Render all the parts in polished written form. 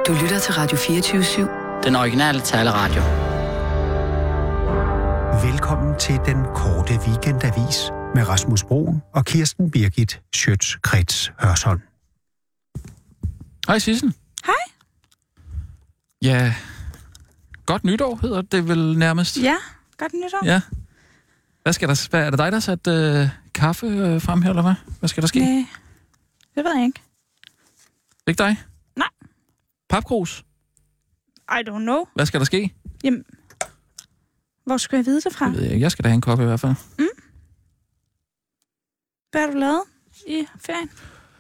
Du lytter til Radio 24/7. Den originale taleradio. Velkommen til den korte weekendavis med Rasmus Broen og Kirsten Birgit Schøtz-Krets Hørsholm. Hej Sissel. Hej. Ja, godt nytår hedder det vel nærmest. Ja, godt nytår. Ja. Hvad er det dig, der sat kaffe frem her, eller hvad? Hvad skal der ske? Nej, det ved jeg ikke. Ikke dig? Nej. Papkrus? I don't know. Hvad skal der ske? Jamen, hvor skal jeg vide det fra? Det ved jeg ikke. Jeg skal da have en kop i hvert fald. Hvad har du lavet i ferien?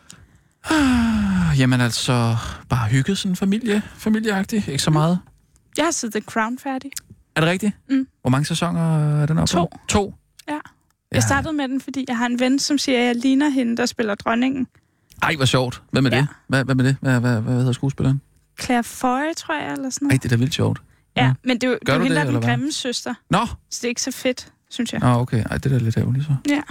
Jamen altså, bare hygget sådan familieagtigt. Ikke så meget. Jeg har set The Crown færdig. Er det rigtigt? Hvor mange sæsoner er den oppe på? 2. Ja. Jeg startede med den, fordi jeg har en ven, som siger, at jeg ligner hende, der spiller dronningen. Ej, hvor sjovt. Hvad med det? Hvad med det? Hvad hedder skuespilleren? Claire Foy, tror jeg, eller sådan noget. Ej, det er da vildt sjovt. Ja, men det er jo hende, der er den hvad? grimme søster. Nå! Så det er ikke så fedt, synes jeg. Nå, okay. Ej, det er da lidt ærgerligt så. Ja.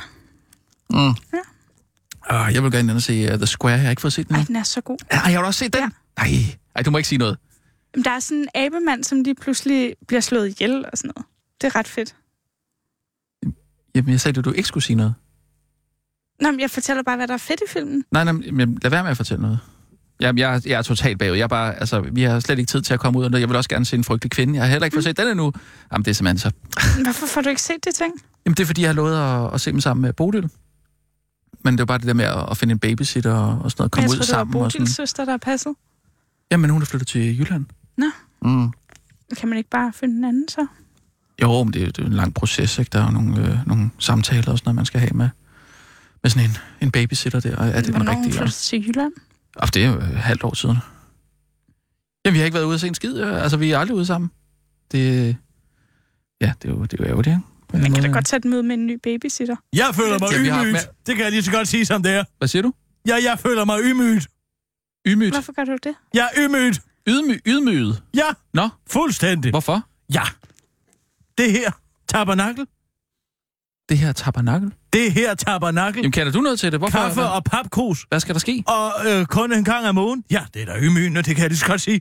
Ja. Jeg vil gerne se The Square. Jeg har ikke fået set den. Ej, den er så god. Ej, jeg har også set den. Ja. Ej, du må ikke sige noget. Jamen, der er sådan en abemand, som lige pludselig bliver slået ihjel og sådan noget. Det er ret fedt. Jamen, jeg sagde, at du ikke skulle sige noget. Nå, men jeg fortæller bare, hvad der er fedt i filmen. Nej, lad være med at fortælle noget. Jamen, jeg er totalt bagud. Vi har slet ikke tid til at komme ud af det. Jeg vil også gerne se en frygtelig kvinde. Jeg har heller ikke fået set den endnu. Jamen, det er simpelthen så... Hvorfor får du ikke set det ting? Jamen, det er fordi, jeg har lovet at se dem sammen med Bodil. Men det er jo bare det der med at finde en babysitter og sådan noget, komme ud sammen. Jeg tror, det var Bodils søster, der har passet. Jamen, hun er flyttet til Jylland. Nå. Kan man ikke bare finde en anden så? Jo, men det er en lang proces, ikke? Der er jo nogle samtaler og sådan noget, man skal have med sådan en babysitter der. Er det hvornår den rigtige? Hvornår flyttet til Jylland? Det er jo et halvt år siden. Jamen, vi har ikke været ude at se en skid. Altså, vi er aldrig ude sammen. Det er jo ærgerligt, ikke? Man kan da godt tage et møde med en ny babysitter. Jeg føler mig ydmygt. Det kan jeg lige så godt sige, som det er. Hvad siger du? Jeg føler mig ydmygt. Ydmygt? Hvorfor gør du det? Jeg er ydmygt. Ydmyget? Ja. Nå? Fuldstændig. Hvorfor? Ja. Det her tabernakel. Det her tabernakel? Det her tabernakel. Jamen, kender du noget til det? Hvorfor? Kaffe og papkrus. Hvad skal der ske? Og kun en gang om ugen. Ja, det er da ydmygende, det kan jeg lige så godt sige.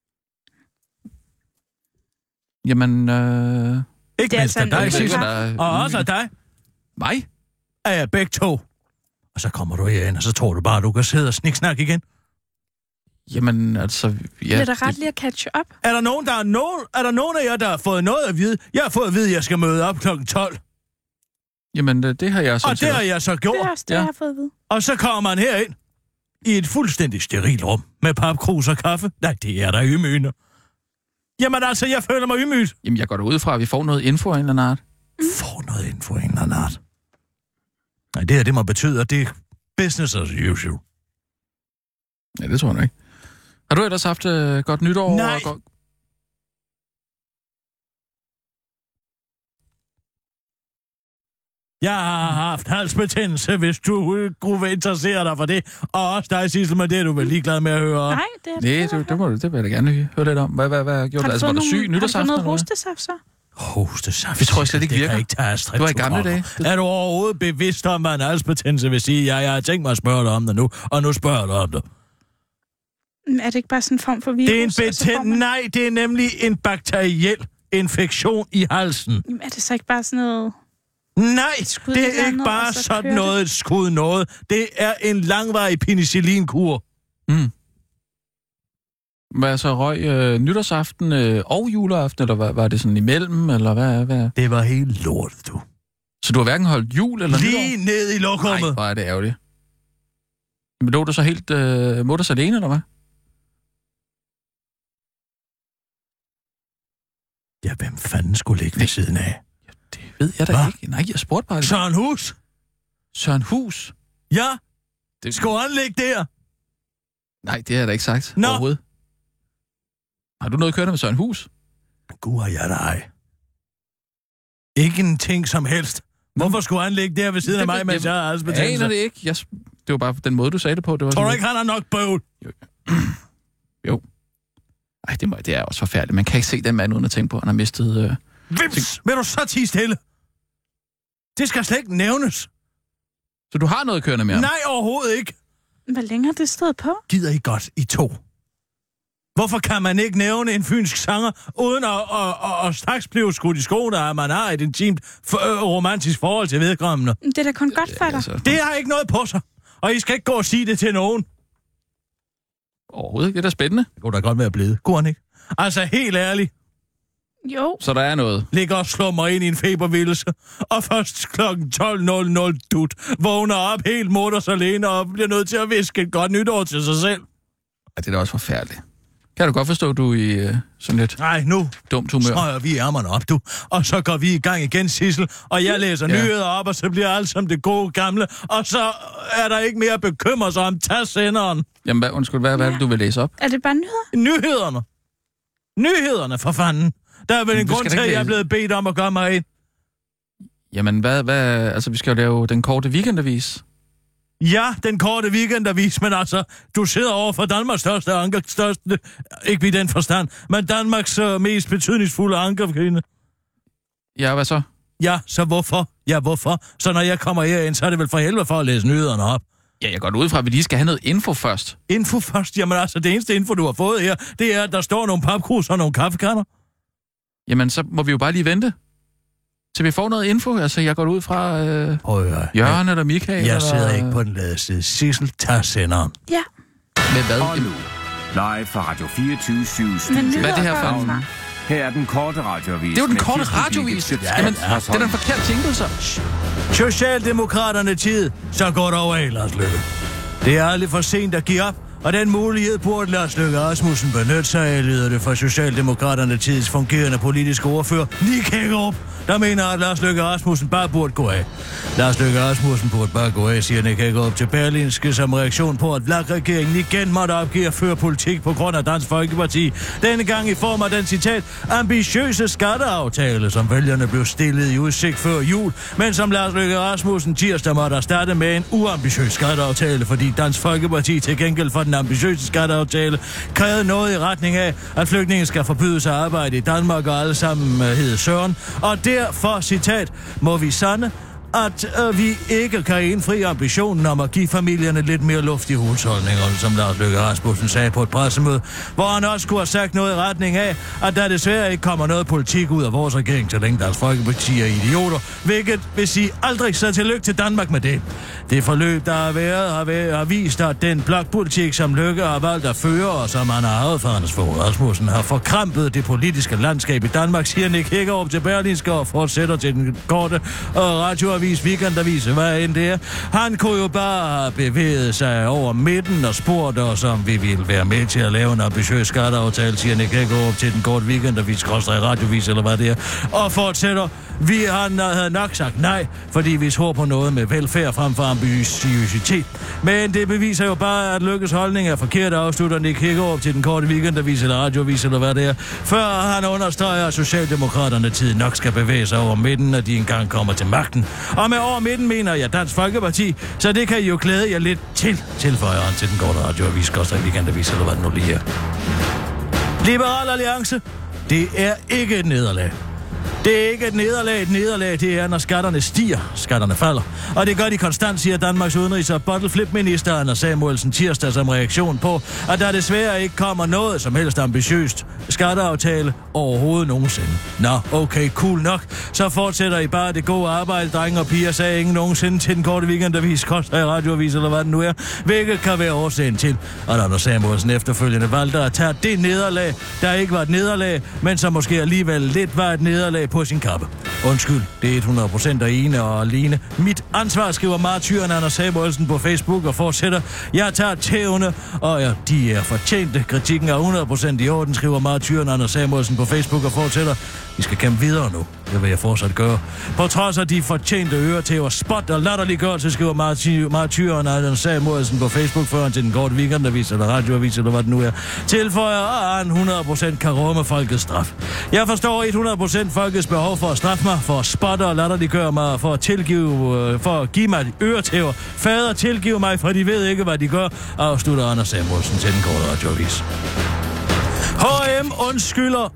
Jamen, ikke mindst af dig, Sissel. Og også af dig. Mig? Er jeg begge to. Og så kommer du herind, og så tror du bare, at du kan sidde og sniksnak igen. Jamen, altså... Ja, det er da ret lige at catch up. Er der nogen af jer, der har fået noget at vide? Jeg har fået at vide, at jeg skal møde op kl. 12. Jamen, det har jeg så. Og det har jeg så gjort. Det er også det, jeg har fået at vide. Og så kommer man herind i et fuldstændig sterilt rum med papkrus og kaffe. Nej, det er der ydmygende. Jamen altså, jeg føler mig ydmygt. Jamen, jeg går da ud fra, at vi får noget info af en eller anden art. Får noget info af en eller anden art? Nej, det her, det må betyde, at det er business as usual. Ja, det tror jeg ikke. Har du ellers haft godt nytår? Nej. Og Jeg har haft halsbetændelse, hvis du kunne interessere dig for det. Og også dig, Sissel, men det er du vel ligeglad med at høre om. Nej, det er det vil jeg da gerne høre lidt om. Hvad gjorde du? Altså, var du syg nytårsaften? Har du fået noget hostesaft så? Hostesaft? Det tror jeg slet ikke virker. Det kan ikke tage det var i gamle dage. Er du overhovedet bevidst om, hvad en halsbetændelse vil sige? Ja, jeg har tænkt mig at spørge dig om det nu, og nu spørger du om det. Er det ikke bare sådan en form for virus? Det er en Nej, det er nemlig en bakteriel infektion i halsen. Jamen, er det så ikke bare sådan noget... Nej, det er ikke bare sådan noget skud noget. Det er en langvarig penicillinkur. Hvad så røg nytårsaften og juleaften, eller var det sådan imellem, eller hvad? Det var helt lortet, du. Så du har hverken holdt jul eller nytår? Lige ned i lokummet. Nej, hvor er det ærgerligt. Men lå du så helt mutters alene, eller hvad? Ja, hvem fanden skulle ligge ved siden af? Det ved jeg da ikke. Nej, jeg spurgte bare. Søren Hus? Søren Hus? Ja, skulle han ligge der? Nej, det har jeg da ikke sagt overhovedet. Har du noget kørende med Søren Hus? Gud har jeg dig. Ikke en ting som helst. Hvorfor skulle han ligge der ved siden af mig, mens jeg har halsbetændelse? Jeg aner det ikke. Det var bare den måde, du sagde det på. Det var tror du ikke, han har nok bøvl? Jo. Ej, det er også forfærdeligt. Man kan ikke se den mand uden at tænke på, at han har mistet... Vips! Vil du så tie stille? Det skal slet ikke nævnes. Så du har noget kørende med ham? Nej, overhovedet ikke. Hvor længe har det stået på? Gider I godt i to? Hvorfor kan man ikke nævne en fynsk sanger, uden at straks blive skudt i skoene, at man har et intimt romantisk forhold til vedkommende? Det er da kun godt for dig. Altså, Det har ikke noget på sig, og I skal ikke gå og sige det til nogen. overhovedet ikke. Det er da spændende. Det kunne da godt være blevet. Kunne han ikke? Altså, helt ærligt. Jo. Så der er noget. Ligger og slår mig ind i en febervildelse, og først kl. 12.00 dut, vågner op helt mutters alene og bliver nødt til at viske et godt nytår til sig selv. Ja, det er da også forfærdeligt. Kan du godt forstå, at du er i sådan lidt Nej, nu dumt humør? strøger vi ærmerne op, du. Og så går vi i gang igen, Sissel, og jeg læser nyheder op, og så bliver alt som det gode gamle, og så er der ikke mere at bekymre sig om. Tag senderen. Jamen, hvad er det, du vil læse op? Er det bare nyheder? Nyhederne, for fanden. Der er vel en du grund skal til, da at ikke jeg er læse. blevet bedt om at gøre mig ind. Jamen, altså, vi skal jo lave den korte weekendavis. Ja, den korte weekendavis, men altså, du sidder over for Danmarks største, ikke i den forstand, men Danmarks mest betydningsfulde ankerkvinde. Ja, hvad så? Ja, så hvorfor? Ja, hvorfor? Så når jeg kommer herind, så er det vel for helvede for at læse nyhederne op. Ja, jeg går ud fra, at vi lige skal have noget info først. Info først? Jamen altså, det eneste info, du har fået her, det er, at der står nogle papkrus og nogle kaffekanner. Jamen, så må vi jo bare lige vente, til vi får noget info. Altså, jeg går ud fra Jørgen eller Michael. Jeg eller... sidder ikke på den lade side. Sissel, tag senderen. Ja. Med hvad? Og nu, live fra Radio 24/7 Men Studio. nyheder Hvad er det her for kommer en- fra. Her er den korte radioavis. Det er jo den med korte Kirsten radiovis. Birgit Jamen, Schøtz-Krets det er den forkerte jingle, så. Socialdemokraterne tid, så går det over af, Lars Løkke. Det er aldrig for sent at give op, og den mulighed burde Lars Løkke Rasmussen benytte sig af, lyder det fra Socialdemokraterne tids fungerende politiske ordfører, Nick Hækkerup, der mener, at Lars Løkke Rasmussen bare burde gå af. Lars Løkke Rasmussen burde bare gå af, siger Nick Hækkerup til Berlingske som reaktion på, at VLAK-regeringen igen måtte opgive at føre politik på grund af Dansk Folkeparti. Denne gang i form af den citat, ambitiøse skatteaftale, som vælgerne blev stillet i udsigt før jul, men som Lars Løkke Rasmussen tirsdag måtte starte med en uambitiøs skatteaftale, fordi Dansk Folkeparti til gengæld for den ambitiøse skatteaftale krævede noget i retning af, at flygtninge skal forbydes at arbejde i Danmark, og alle sammen hedder Søren. Og derfor, citat, må vi sande, at vi ikke kan indfri ambitionen om at give familierne lidt mere luft i husholdningerne, som Lars Løkke Rasmussen sagde på et pressemøde, hvor han også skulle have sagt noget i retning af, at der desværre ikke kommer noget politik ud af vores regering, så længe Dansk Folkeparti er idioter, hvilket vil sige aldrig, så tillykke til Danmark med det. Det forløb, der har været, har vist, at den blokpolitik, som Løkke har valgt at føre, og som han har arvet fra Anders Fogh Rasmussen, har forkrampet det politiske landskab i Danmark, siger Nick Hækkerup til Berlingske og fortsætter til den korte radioavis, weekendavis, hvad end det er. Han kunne jo bare have bevæget sig over midten og spurgt os, om vi ville være med til at lave en ambitiøs skatteaftale, siger Nick Hækkerup til den korte weekendavis, radiovis, eller hvad det er, og fortsætter. Han havde nok sagt nej, fordi vi tror på noget med velfærd frem for ambitiøsitet. Men det beviser jo bare, at Løkkes holdning er forkert, afslutter Nick Hækkerup til den korte weekendavis eller radiovis, eller hvad det er. Før han understreger, at Socialdemokraterne tid nok skal bevæge sig over midten, når de engang kommer til magten. Og med over midten mener jeg Dansk Folkeparti, så det kan I jo glæde jer lidt til, tilføjer han til den korte radioavis, weekendavis, eller hvad det nu lige er. Liberal Alliance, det er ikke et nederlag. Det er ikke et nederlag. Et nederlag, det er, når skatterne stiger, skatterne falder. Og det gør de konstant, siger Danmarks udenrigs- og bottleflip-minister Anders Samuelsen tirsdag som reaktion på, at der desværre ikke kommer noget som helst ambitiøst skatteaftale overhovedet nogensinde. Nå, okay, cool nok. Så fortsætter I bare det gode arbejde, drenge og piger, sagde ingen nogensinde til den korte weekendavis, koster i radioavis, eller hvad det nu er, hvilket kan være årsagen til. Og Anders Samuelsen efterfølgende valgte at tage det nederlag, der ikke var et nederlag, men som måske alligevel lidt var et nederlag på sin kappe. Undskyld, det er 100% og ene og alene. Mit ansvar, skriver martyren Anders Samuelsen på Facebook og fortsætter. Jeg tager tævne, og ja, de er fortjente. Kritikken er 100% i orden, skriver martyren Anders Samuelsen på Facebook og fortsætter. Vi skal kæmpe videre nu. Det vil jeg fortsat gøre. På trods af de fortjente øretæver, spot og latterliggørelse, skriver martyren Anders Samuelsen på Facebook, før han til den korte weekendavis eller radioavis, eller hvad det nu er, tilføjer, at han 100% kan rumme folkets straf. Jeg forstår 100% folkets behov for at straffe mig, for at spotte og latterliggøre mig, for at give mig øretæver. Fader, tilgive mig, for de ved ikke, hvad de gør, afslutter Anders Samuelsen til den korte radioavis. H&M undskylder.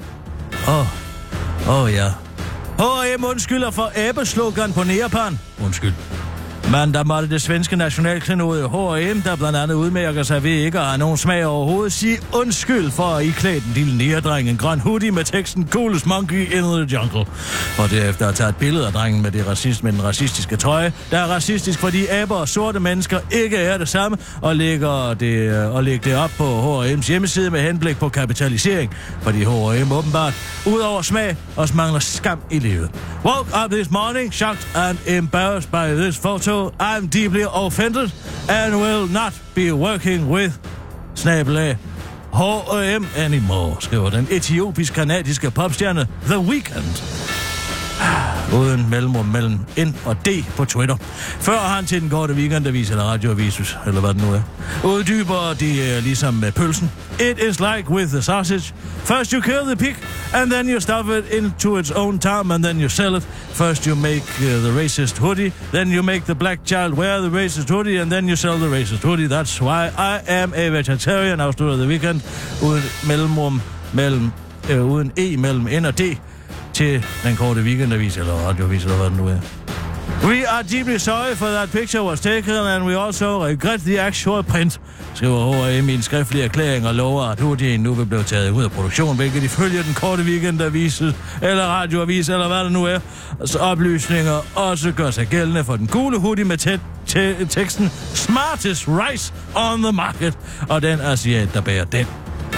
Ja. H&M undskylder for æbeslukkeren på Nærepan. Undskyld. Mandag måtte det svenske nationalklenode H&M, der blandt andet udmærker sig ved ikke at have nogen smag overhovedet, sige undskyld for at iklæde den lille nærdreng en grøn hoodie med teksten Coolest Monkey in the Jungle. Og derefter at tage et billede af drengen med den racistiske trøje, der er racistisk, fordi aber og sorte mennesker ikke er det samme, og lægge det op på H&M's hjemmeside med henblik på kapitalisering, fordi H&M åbenbart, udover smag, også mangler skam i livet. Woke up this morning, shocked and embarrassed by this photo. I'm deeply offended and will not be working with H&M anymore, skriver den etiopisk-kanadiske popstjerne The Weeknd. Uden mellemrum mellem N og D på Twitter. Før han til den korte weekendavis eller radioavis, eller hvad det nu er, uddyber de ligesom med pølsen. It is like with the sausage. First you kill the pig, and then you stuff it into its own time, and then you sell it. First you make the racist hoodie, then you make the black child wear the racist hoodie, and then you sell the racist hoodie. That's why I am a vegetarian, afslutter The Weeknd, uden mellemrum uden E mellem N og D, til den korte weekendavis eller radioavis, eller hvad det nu er. We are deeply sorry for that picture was taken, and we also regret the actual print, skriver H&M i en skriftlig erklæring og lover, at hoodien nu vil blive taget ud af produktion, hvilket ifølge den korte weekendavis eller radioavis, eller hvad det nu er, så oplysninger også gør sig gældende for den gule hoodie med teksten Smartest Rice on the Market, og den asiat, der bærer den.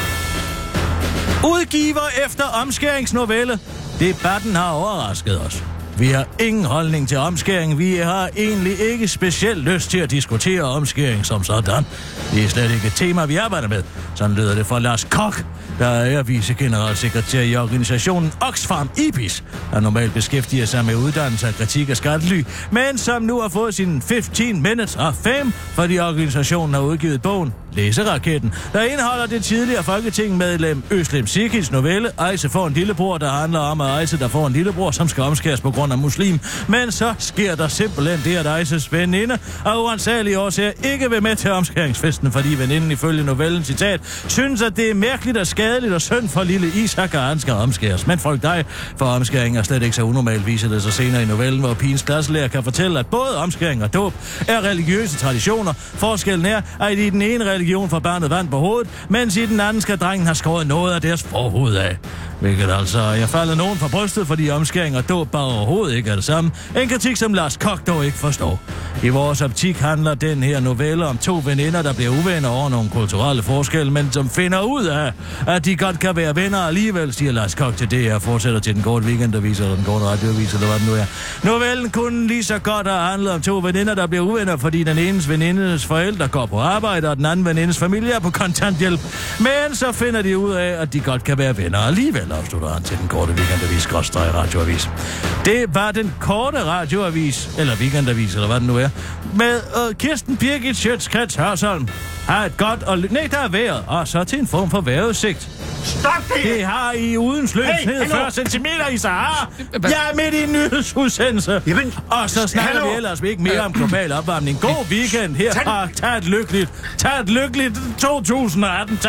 Udgiver efter omskæringsnovelle. Debatten har overrasket os. Vi har ingen holdning til omskæring. Vi har egentlig ikke specielt lyst til at diskutere omskæring som sådan. Det er slet ikke et tema, vi arbejder med. Sådan lyder det fra Lars Koch, der er vicegeneralsekretær i organisationen Oxfam IBIS, der normalt beskæftiger sig med uddannelse og kritik af skattely, men som nu har fået sin 15 Minutes of Fame, fordi organisationen har udgivet bogen Læseraketten, der indeholder det tidligere folketingsmedlem Özlem Cekics novelle Ejse får en lillebror, der handler om, at Ejse der får en lillebror, som skal omskæres på grund af muslim. Men så sker der simpelthen det, at Ejses veninde og uansagelige årsager ikke vil med til omskæringsfesten, fordi veninden ifølge novellen, citat, synes, at det er mærkeligt og skadeligt og synd for lille Isak, og han skal omskæres. Men frygt dig, for omskæring er slet ikke så unormalt, viser det sig senere i novellen, hvor pigens klasselærer kan fortælle, at både omskæring og dåb er religiøse traditioner. Forskellen er, at i den ene religion får barnet vand på hovedet, mens i den anden skal drengen have skåret noget af deres forhoved af. Hvilket altså, jeg falder nogen fra brystet, fordi omskæring og dåb bare overhovedet ikke er det samme. En kritik, som Lars Koch dog ikke forstår. I vores optik handler den her novelle om to veninder, der bliver uvenner over nogle kulturelle forskelle, men som finder ud af, at de godt kan være venner alligevel, siger Lars Koch til det, og fortsætter til den korte weekendavis eller den korte radioavis, eller hvad det nu er. Novellen kunne lige så godt have handlet om to veninder, der bliver uvenner, fordi den enes venindes forældre går på arbejde, og den anden venindes familie er på kontanthjælp. Men så finder de ud af, at de godt kan være venner alligevel, afslutter han til den korte weekendavis, radioavis. Det var den korte radioavis, eller weekendavis, eller hvad det nu er, med Kirsten Birgit Schøtz-Krets Hørsholm. Har et godt og... Nej, der er vejret, og så til en form for vejrudsigt. Stop det! Det har I uden sløs ned 40 centimeter i Sahara. Jeg er midt i en nyhedsudsendelse. Jamen, og så snakker vi ellers ikke mere om global opvarmning. God weekend her. Tag et lykkeligt 2018.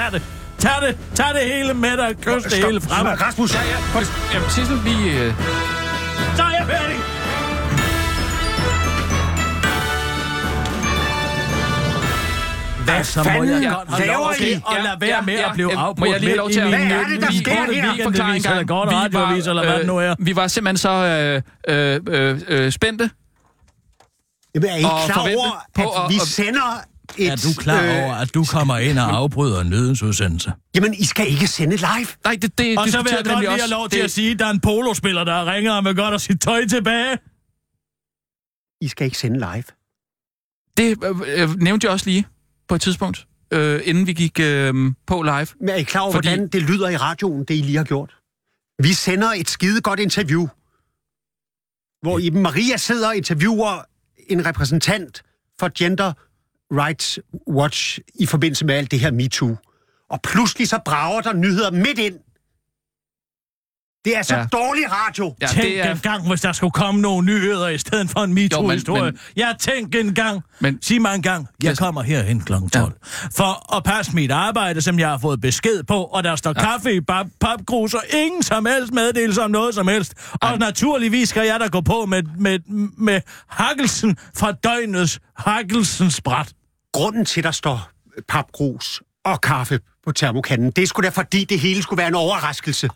Tag det hele med dig. Kys det hele frem. Rasmus! Sissel, vi... Så er jeg færdig! Hvad fanden laver I? Og lad være med at blive afbrudt. Må jeg lige have lov til at... Hvad er det, der sker her? Vi var simpelthen så spændte. Jamen, er I klar over, at vi sender et... Er du klar over, at du kommer ind og afbryder en nyhedsudsendelse? Jamen, I skal ikke sende live. Nej, det og så vil jeg godt lige have lov til at sige, at der er en polospiller, der ringer og vil godt at sit tøj tilbage. I skal ikke sende live. Det nævnte jeg også lige på et tidspunkt, inden vi gik på live. Men er I klar over, hvordan det lyder i radioen, det I lige har gjort? Vi sender et skide godt interview, hvor Iben Maria sidder og interviewer en repræsentant for Gender Rights Watch i forbindelse med alt det her MeToo. Og pludselig så brager der nyheder midt ind. Det er så dårlig radio. Ja, tænk en gang, hvis der skulle komme nogle nyheder i stedet for en MeToo-historie. Ja, tænk en gang. Sig mig en gang, jeg kommer herhen kl. 12. Ja. For at passe mit arbejde, som jeg har fået besked på, og der står kaffe i papkrus, og ingen som helst meddelelse om noget som helst. Og naturligvis skal jeg da gå på med hakkelsen fra døgnets hakkelsens bræt. Grunden til, der står papkrus og kaffe på termokanden, det er sgu da fordi, det hele skulle være en overraskelse.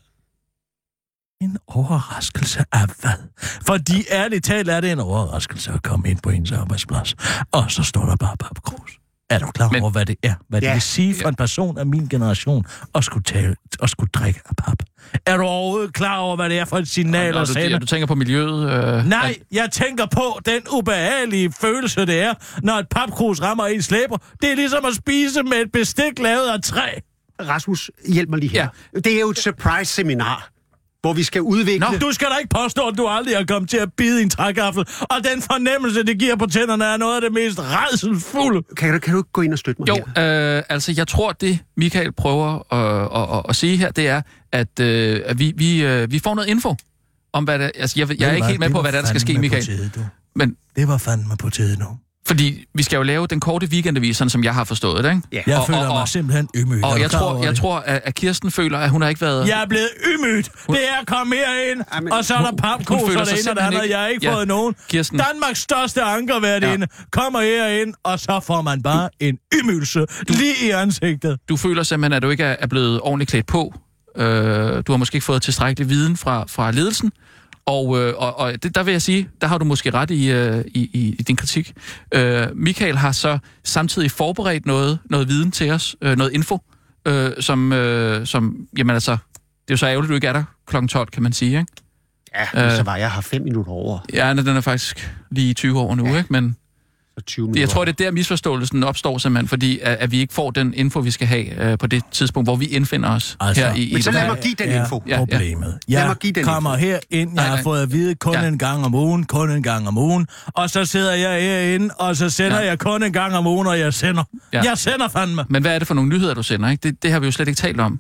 En overraskelse af hvad? Fordi ærligt talt er det en overraskelse at komme ind på ens arbejdsplads. Og så står der bare papkrus. Er du klar over, hvad det er? Hvad det vil sige for en person af min generation at skulle drikke af pap? Er du overhovedet klar over, hvad det er for et signal at sende? Du tænker på miljøet? Nej, jeg tænker på den ubehagelige følelse, det er, når et papkrus rammer ens læber. Det er ligesom at spise med et bestik lavet af træ. Rasmus, hjælp mig lige her. Ja. Det er jo et surprise-seminar, hvor vi skal udvikle... Nå, du skal da ikke påstå, at du aldrig er kommet til at bide en trægaffel, og den fornemmelse, det giver på tænderne, er noget af det mest rædselsfulde. Kan du ikke gå ind og støtte mig her? Altså, jeg tror, det Michael prøver at sige her, det er, at vi får noget info om, hvad det... Altså, jeg er ikke helt med på, hvad der skal ske, Michael. Men det var fandme på tide nu. Fordi vi skal jo lave den korte weekendavis, sådan som jeg har forstået det, ikke? Ja. Jeg føler mig simpelthen ydmygt. Og jeg tror, at Kirsten føler, at hun har ikke været... Jeg er blevet ydmygt. Det er at komme herind, og så er der papkrus og det ene og det andet. Jeg har ikke fået nogen. Kirsten. Danmarks største ankerværtinde kommer herind, og så får man bare en ydmygelse lige i ansigtet. Du føler simpelthen, at du ikke er blevet ordentligt klædt på. Du har måske ikke fået tilstrækkelig viden fra ledelsen. Og der vil jeg sige, der har du måske ret i din kritik. Michael har så samtidig forberedt noget viden til os, noget info, som jamen altså, det er jo så ærgerligt, du ikke er der kl. 12, kan man sige, ikke? Ja, så var jeg her 5 minutter over. Ja, den er faktisk lige 20 år nu, ikke? Men jeg tror, det er der misforståelsen opstår simpelthen, fordi at vi ikke får den info, vi skal have på det tidspunkt, hvor vi indfinder os her i... Men så lad mig give den info. Problemet. Jeg kommer herind, jeg har fået at vide kun en gang om ugen, og så sidder jeg herinde, og så sender jeg kun en gang om ugen, og jeg sender. Ja. Jeg sender fandme. Men hvad er det for nogle nyheder, du sender, ikke? Det har vi jo slet ikke talt om.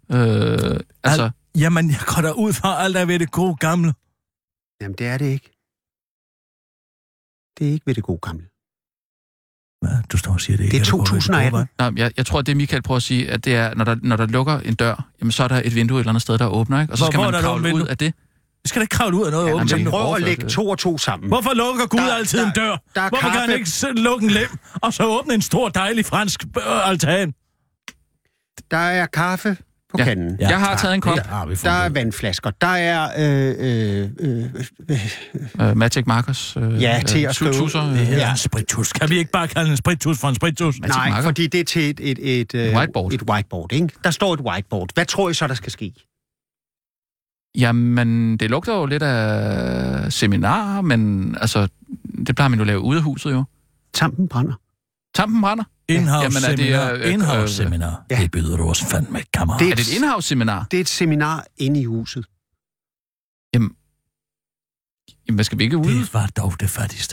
Jamen, jeg går da ud fra alt er ved det gode gamle. Jamen, det er det ikke. Det er ikke ved det gode gamle. Hvad? Du står og siger det ikke. Det er 2018. Nej, jeg tror, at det Michael prøver at sige, at det er, når der lukker en dør, jamen så er der et vindue et eller andet sted, der åbner, ikke? Og så skal man kravle ud af det. Vi skal da ikke kravle ud af noget åbent. Men prøv at lægge 2 og 2 sammen. Hvorfor lukker Gud altid en dør? Hvorfor kan han ikke lukke en lem, og så åbne en stor, dejlig fransk altan? Der er kaffe på kanden. Ja, jeg har taget en kop. Der er vandflasker. Der er... Magic Markers. Til at skrive. Det er en sprittus. Kan vi ikke bare kalde en sprittus for en sprittus? Nej, fordi det er til et whiteboard. Et whiteboard, ikke? Der står et whiteboard. Hvad tror I så, der skal ske? Jamen, det lugter jo lidt af seminar, men altså, det plejer man jo at lave ude af huset jo. Tampen brænder. Tampen brænder? Indhouse-seminar. Det byder du også fandme, kammerat. Er det et indhouse-seminar? Det er et seminar inde i huset. Jamen, hvad skal vi ikke ude? Det var dog det fattigste.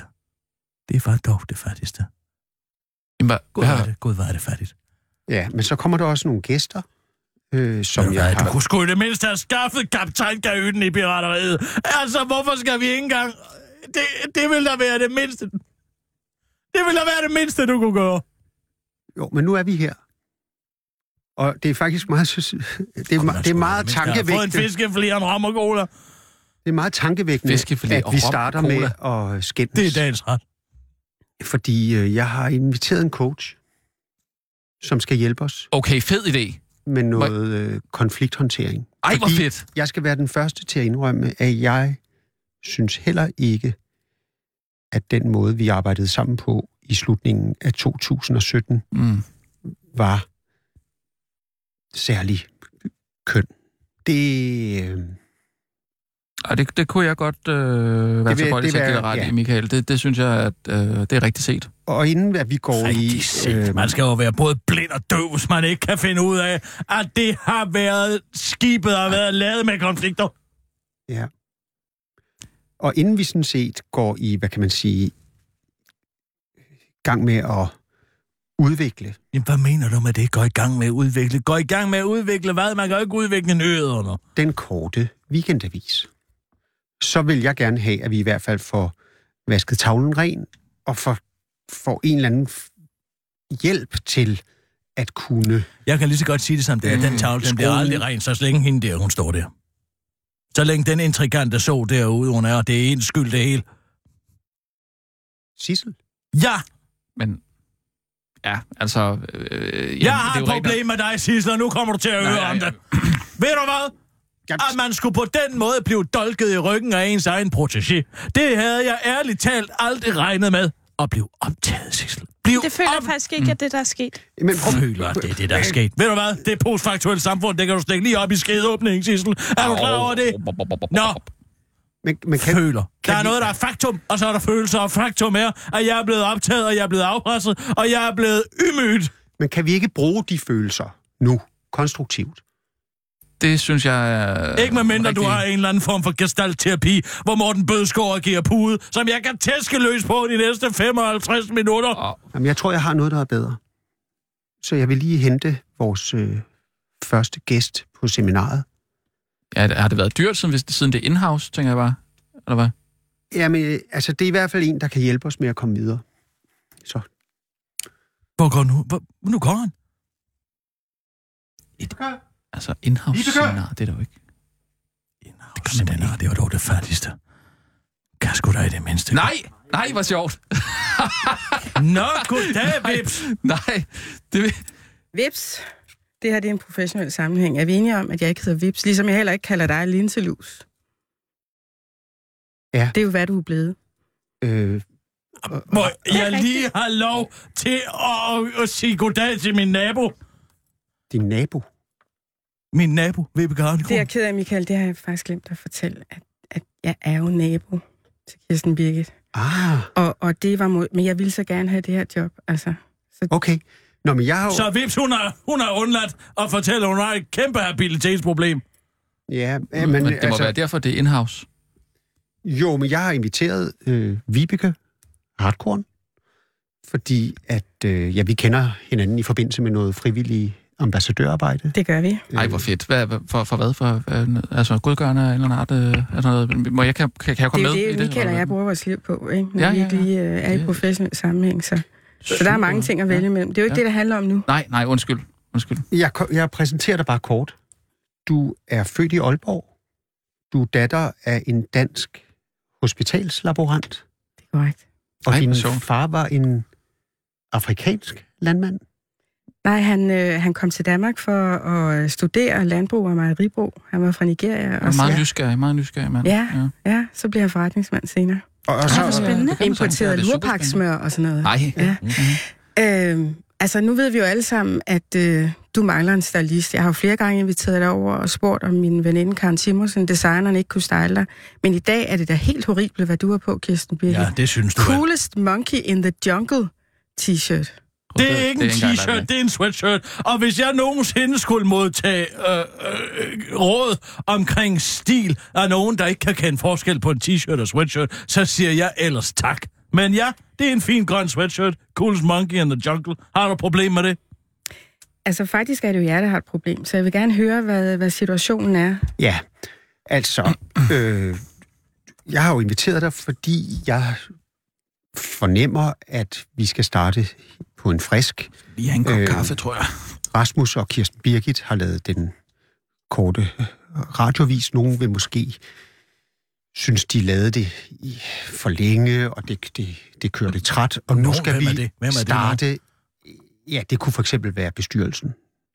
Jamen, Gud, var det fattigt. Ja, men så kommer der også nogle gæster, som jeg har... Du kunne sgu i det mindste have skaffet kaptajn Kahytten i pirateriet. Altså, hvorfor skal vi ikke engang... Det vil da være det mindste... Det ville da være det mindste, du kunne gøre. Jo, men nu er vi her. Og det er faktisk meget... Det er meget tankevækkende. Jeg har fået en fiskefilet og en rom og cola. Det er meget tankevækkende, at vi starter med at skændes. Det er dagens ret. Fordi jeg har inviteret en coach, som skal hjælpe os. Okay, fed idé. Med noget konflikthåndtering. Ej, hvor fedt. Jeg skal være den første til at indrømme, at jeg synes heller ikke, at den måde, vi arbejdede sammen på i slutningen af 2017, var særlig køn. Det kunne jeg godt være tilbøjelig til at give ret i, Michael. Det synes jeg, at det er rigtigt set. Og inden at vi går Man skal jo være både blind og døv, hvis man ikke kan finde ud af, at det har været... Skibet har været lavet med konflikter. Ja. Og inden vi sådan set går i, hvad kan man sige, gang med at udvikle. Jamen, hvad mener du med det? Gå i gang med at udvikle? Gå i gang med at udvikle hvad? Man kan jo ikke udvikle en øde under. Den korte weekendavis. Så vil jeg gerne have, at vi i hvert fald får vasket tavlen ren, og får en eller anden hjælp til at kunne... Jeg kan lige så godt sige det som det er. Den tavle, den bliver aldrig ren, så længe hende der, hun står der. Så længe den intrigante så derude, hun er, og det er ens skyld det hele. Sissel? Ja! Men, ja, altså... Jeg har et problem med dig, Sissel, og nu kommer du til at høre om det. Ved du hvad? At man skulle på den måde blive dolket i ryggen af ens egen protégé. Det havde jeg ærligt talt aldrig regnet med. At blive optaget, Sissel. Det føler jeg faktisk ikke, at det der er sket. Men føler, at det er det, der er sket. Ved du hvad? Det er postfaktuelt samfund. Det kan du stikke lige op i skedåbningen, Sissel. Er du klar over det? Nå. Men kan, føler. Der er noget, der er faktum, og så er der følelser, og faktum er, at jeg er blevet optaget, og jeg er blevet afpresset, og jeg er blevet ydmyget. Men kan vi ikke bruge de følelser nu konstruktivt? Det synes jeg er... Ikke med mindre du har en eller anden form for gestaltterapi, hvor Morten Bødskov agerer pude, som jeg kan tæske løs på de næste 55 minutter. Jamen, jeg tror, jeg har noget, der er bedre. Så jeg vil lige hente vores første gæst på seminaret. Ja, har det været dyrt, siden det er in-house, tænker jeg bare? Eller hvad? Jamen, altså, det er i hvert fald en, der kan hjælpe os med at komme videre. Så. Hvor går nu? Nu går han. Altså, in-house-seminar, det er der jo ikke. In-house-seminar, det var dog det fattigste. Kan sgu da i det mindste. Nej, hvor sjovt. Nå, goddag, Vips. Nej, det... Vips, det her det er en professionel sammenhæng. Er vi enige om, at jeg ikke hedder Vips, ligesom jeg heller ikke kalder dig linselus? Ja. Det er jo, hvad du er blevet. Må jeg lige have lov til at sige goddag til min nabo? Din nabo? Min nabo, Vibeke Arnegrund. Det er jeg ked af, Michael. Det har jeg faktisk glemt at fortælle, at jeg er jo nabo til Kirsten Birgit. Og det var men jeg ville så gerne have det her job, altså. Så... Okay. Nå, men jeg har jo... Så Vips, hun har undladt at fortælle, at hun har et kæmpe habilitetsproblem. Ja, men det må være derfor, det er in-house. Jo, men jeg har inviteret Vibeke Hartkorn, fordi at vi kender hinanden i forbindelse med noget frivillig ambassadørarbejde. Det gør vi. Ej, hvor fedt. For hvad? For altså godgørende eller noget art? Altså noget, må jeg, kan jeg komme med i det? Det er det, Michael og jeg bruger vores liv på, ikke? Når vi ikke lige er i professionel sammenhæng, så der er mange ting at vælge imellem. Det er jo ikke det, der handler om nu. Nej, undskyld. Jeg præsenterer dig bare kort. Du er født i Aalborg. Du er datter af en dansk hospitalslaborant. Det er korrekt. Og din far var en afrikansk landmand? Nej, han kom til Danmark for at studere landbrug og mejeribrug. Han var fra Nigeria. Og meget nysgerrig mand. Ja, så blev han forretningsmand senere. Og så spændende. Importeret lurpaksmør og sådan noget. Nej. Ja. Altså, nu ved vi jo alle sammen, at du mangler en stylist. Jeg har jo flere gange inviteret dig over og spurgt, om min veninde Karen Simonsen, designeren, ikke kunne style dig. Men i dag er det da helt horribelt, hvad du har på, Kirsten Birgit. Ja, det synes du. Coolest monkey in the jungle t-shirt. Det er ikke en t-shirt, det er en sweatshirt. Og hvis jeg nogensinde skulle modtage råd omkring stil af nogen, der ikke kan kende forskel på en t-shirt og sweatshirt, så siger jeg ellers tak. Men ja, det er en fin grøn sweatshirt. Coolest monkey in the jungle. Har du problem med det? Altså, faktisk er det jo jer, der har et problem. Så jeg vil gerne høre, hvad situationen er. Ja, altså... jeg har jo inviteret dig, fordi jeg fornemmer, at vi skal starte på en frisk. Lige have en kop kaffe, tror jeg. Rasmus og Kirsten Birgit har lavet den korte radiovis. Nogen vil måske synes, de lavede det for længe, og det kørte træt. Og nu skal vi starte... Ja, det kunne for eksempel være bestyrelsen.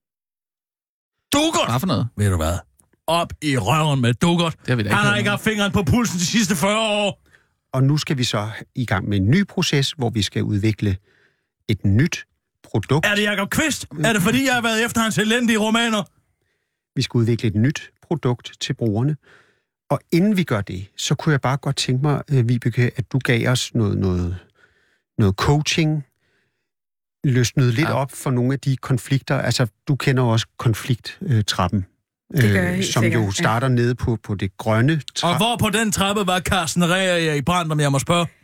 Dukkert! Hvad for noget? Ved du hvad? Op i røven med Dukkert. Han har ikke haft fingeren på pulsen de sidste 40 år. Og nu skal vi så i gang med en ny proces, hvor vi skal udvikle et nyt produkt. Er det Jacob Kvist? Er det fordi, jeg har været efter hans elendige romaner? Vi skal udvikle et nyt produkt til brugerne. Og inden vi gør det, så kunne jeg bare godt tænke mig, Vibeke, at du gav os noget coaching, løsnede lidt op for nogle af de konflikter. Altså, du kender også konflikttrappen, som jo starter nede på det grønne Og hvor på den trappe var Carsten Ræger i brand, om jeg må spørge?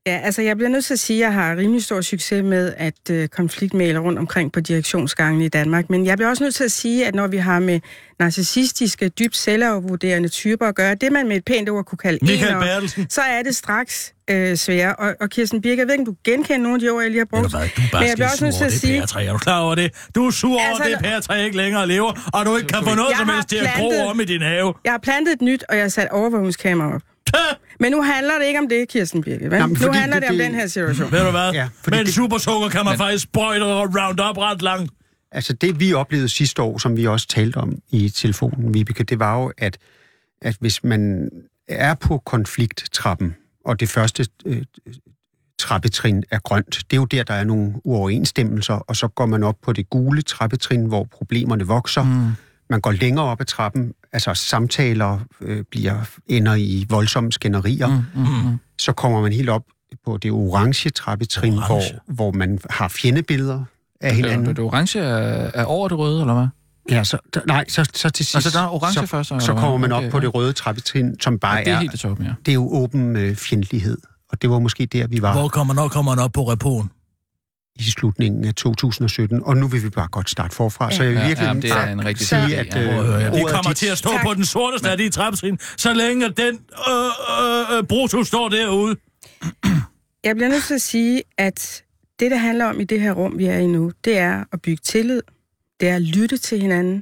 Ja, altså jeg bliver nødt til at sige, at jeg har rimelig stor succes med at konfliktmæle rundt omkring på direktionsgangen i Danmark. Men jeg bliver også nødt til at sige, at når vi har med narcissistiske, dybt selvovervurderende typer at gøre, det man med et pænt ord kunne kalde så er det straks sværere. Og Kirsten Birk, jeg ved ikke, om du genkender nogle af de ord, jeg lige har brugt. Du bare skal sur over det pæretræ. Er du klar over det? Du er sur over det pæretræ ikke længere lever, og du ikke kan få noget som helst til at gro om i din have. Jeg har plantet et nyt, og jeg har sat overvågningskamera op. Men nu handler det ikke om det, Kirsten Birke. Nu handler det om den her situation. Ved du hvad? Ja, med en supersukker kan man faktisk sprøjte og Roundup ret langt. Altså det, vi oplevede sidste år, som vi også talte om i telefonen, Vibeke, det var jo, at hvis man er på konflikttrappen, og det første trappetrin er grønt, det er jo der er nogle uoverensstemmelser, og så går man op på det gule trappetrin, hvor problemerne vokser. Man går længere op ad trappen, altså samtaler ender i voldsomme skænderier. Så kommer man helt op på det orange trappetrin, hvor man har fjendebilleder af hinanden. Det orange er over det røde, eller hvad? Ja, så til sidst... Altså, der er orange først? Så kommer man op på det røde trappetrin, som bare det er helt det top, ja. Det er jo åben fjendtlighed, og det var måske der, vi var... Hvor kommer man op på repoen? I slutningen af 2017, og nu vil vi bare godt starte forfra. Så jeg vil virkelig det er en rigtig sige, at vi kommer til at stå på den sorteste af de trappetrin, så længe den Brutus står derude. Jeg bliver nødt til at sige, at det handler om i det her rum, vi er i nu, det er at bygge tillid. Det er at lytte til hinanden.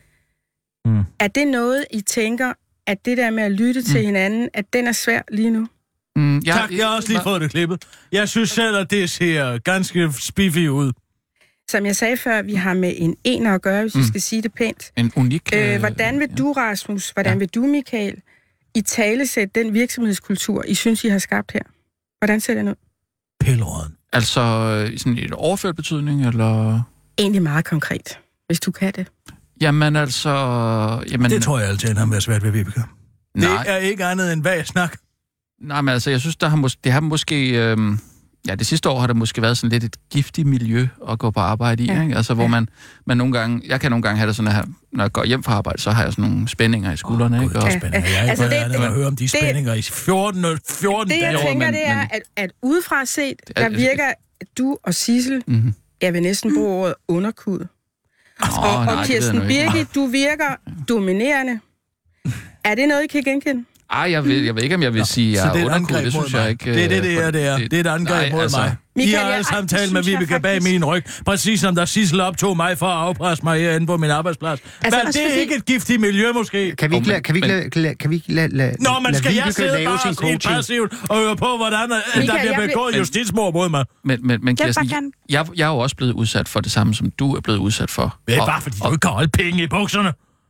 Er det noget, I tænker, at det der med at lytte til hinanden, at den er svær lige nu? Tak, jeg har også lige fået det klippet. Jeg synes selv, at det ser ganske spiffy ud. Som jeg sagde før, vi har med en ener at gøre, hvis vi skal sige det pænt. En unik... Hvordan vil du, Rasmus, hvordan vil du, Michael, i talesætte den virksomhedskultur, I synes, I har skabt her? Hvordan ser den ud? Pilleråden. Altså sådan et overført betydning, eller... Egentlig meget konkret, hvis du kan det. Jamen altså... Det tror jeg altid, han vil svært ved, Vibeke. Det er ikke andet end hvad snak. Nej, men altså, jeg synes, det har måske... det sidste år har der måske været sådan lidt et giftigt miljø at gå på arbejde i, ikke? Altså, hvor man nogle gange... Jeg kan nogle gange have det sådan her, når jeg går hjem fra arbejde, så har jeg sådan nogle spændinger i skuldrene, ikke? Og spændinger. Jeg er ikke været at høre om de spændinger i 14 dage. Det, jeg tænker, det er, at udefra set, der virker du og Sissel, jeg vil næsten bruge ordet underkud. Og Kirsten Birgit, du virker dominerende. Er det noget, I kan genkende? Jeg ved ikke, om jeg vil sige, at jeg er underkud. Det synes jeg ikke... Det er et angreb mod mig. I har alle samtale med Vibeke bag min ryg, præcis som der Sissel optog mig for at afpresse mig herinde på min arbejdsplads. Altså, men det er ikke et giftigt miljø, måske. Kan vi ikke lade Nå, men skal jeg sidde bare helt passivt og høre på, hvordan der bliver begået justitsmord mod mig? Men Kirsten, jeg er jo også blevet udsat for det samme, som du er blevet udsat for. Det er bare fordi, du ikke kan holde penge i bukserne.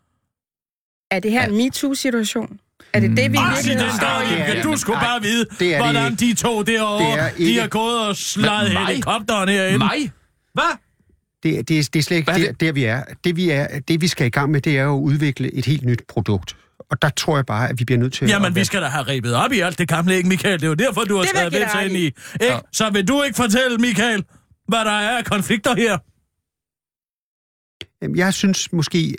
Er det her en MeToo-situation? Er det det, vi virkelig står i? Du skulle bare vide, hvordan de to derovre, de har gået og slejet helikopteren herinde. Mig? Hvad? Det er slet ikke der, vi er. Det, vi skal i gang med, det er jo at udvikle et helt nyt produkt. Og der tror jeg bare, at vi bliver nødt til Jamen, vi skal da have rebet op i alt det gamle, ikke, Michael? Det er jo derfor, du har taget Venstre ind i. Ikke? Ja. Så vil du ikke fortælle, Michael, hvad der er af konflikter her? Jeg synes måske,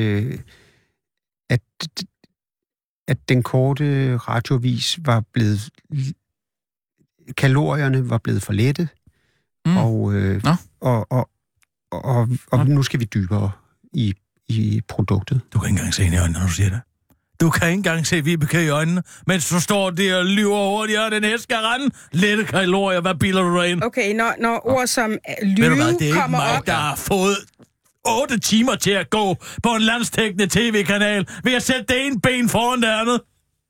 at den korte radiovis var blevet... Kalorierne var blevet for lette, og nu skal vi dybere i produktet. Du kan ikke engang se hende i øjnene, når du siger det. Du kan ikke engang se Vibeke i øjnene, mens du står der og lyver hurtigere, og den hest skal rende. Lette kalorier, hvad bilder du dig ind? Okay, når ord som lyve kommer op... Det er ikke mig, der har fået 8 timer til at gå på en landsdækkende tv-kanal ved at sætte det ene ben foran det andet.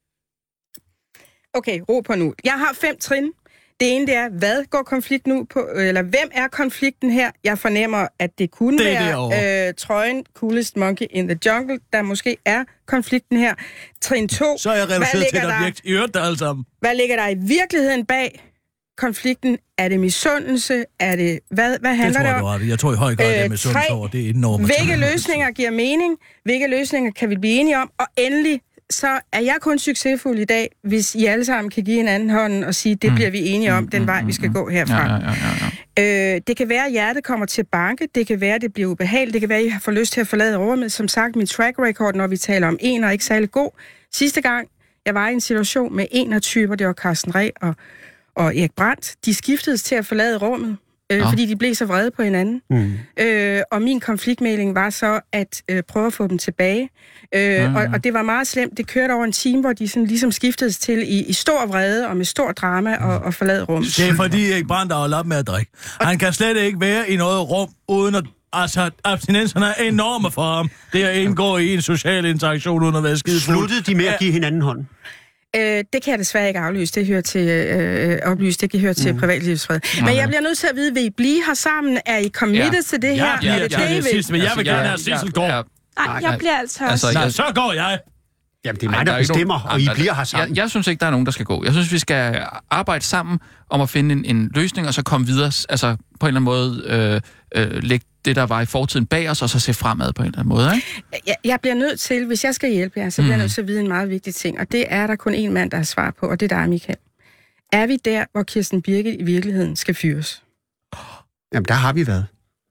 Okay, ro på nu. Jeg har 5 trin. Det ene, det er, hvad går konflikten ud på? Eller hvem er konflikten her? Jeg fornemmer, at det kunne være trøjen Coolest Monkey in the Jungle, der måske er konflikten her. Trin 2. Så er jeg reduceret til et objekt. I hørte det alle sammen. Hvad ligger der i virkeligheden bag konflikten? Er det misundelse? Er det... Hvad handler det om? Jeg tror i høj grad, det er misundelse over det inden over. Hvilke løsninger giver mening? Hvilke løsninger kan vi blive enige om? Og endelig, så er jeg kun succesfuld i dag, hvis I alle sammen kan give hinanden hånden og sige, det bliver vi enige om, den vej, vi skal gå herfra. Ja. Det kan være, at hjertet kommer til at banke. Det kan være, at det bliver ubehageligt. Det kan være, at I får lyst til at forlade rummet. Som sagt, min track record, når vi taler om en, er ikke særlig god. Sidste gang, jeg var i en situation med en af typer, det var Carsten Reh og Erik Brandt, de skiftedes til at forlade rummet, fordi de blev så vrede på hinanden. Og min konfliktmægling var så at prøve at få dem tilbage. Og det var meget slemt. Det kørte over en time, hvor de sådan ligesom skiftedes til i stor vrede og med stor drama og forlade rummet. Det er fordi Erik Brandt har holdt op med at drikke. Han kan slet ikke være i noget rum, uden at... Altså, abstinenserne er enorme for ham. Det at indgå i en social interaktion, uden at være skide fuld. Sluttede de med at give hinanden hånd? Det kan jeg desværre ikke aflyse. Det hører til oplyse. Det kan høre til privatlivsfred. Men jeg bliver nødt til at vide, vil I blive her sammen? Er I committed til det her? Jeg vil gerne have Sissel går. Nej, jeg bliver også. Så går jeg. Jamen, det er mig, der bestemmer, og I bliver her sammen. Jeg synes ikke, der er nogen, der skal gå. Jeg synes, vi skal arbejde sammen om at finde en løsning, og så komme videre, altså på en eller anden måde lægge det, der var i fortiden bag os, og så se fremad på en eller anden måde, ikke? Jeg bliver nødt til, hvis jeg skal hjælpe jer, så bliver jeg nødt til at vide en meget vigtig ting, og det er der kun én mand, der har svar på, og det er dig, Michael. Er vi der, hvor Kirsten Birgit i virkeligheden skal fyres? Jamen, der har vi været.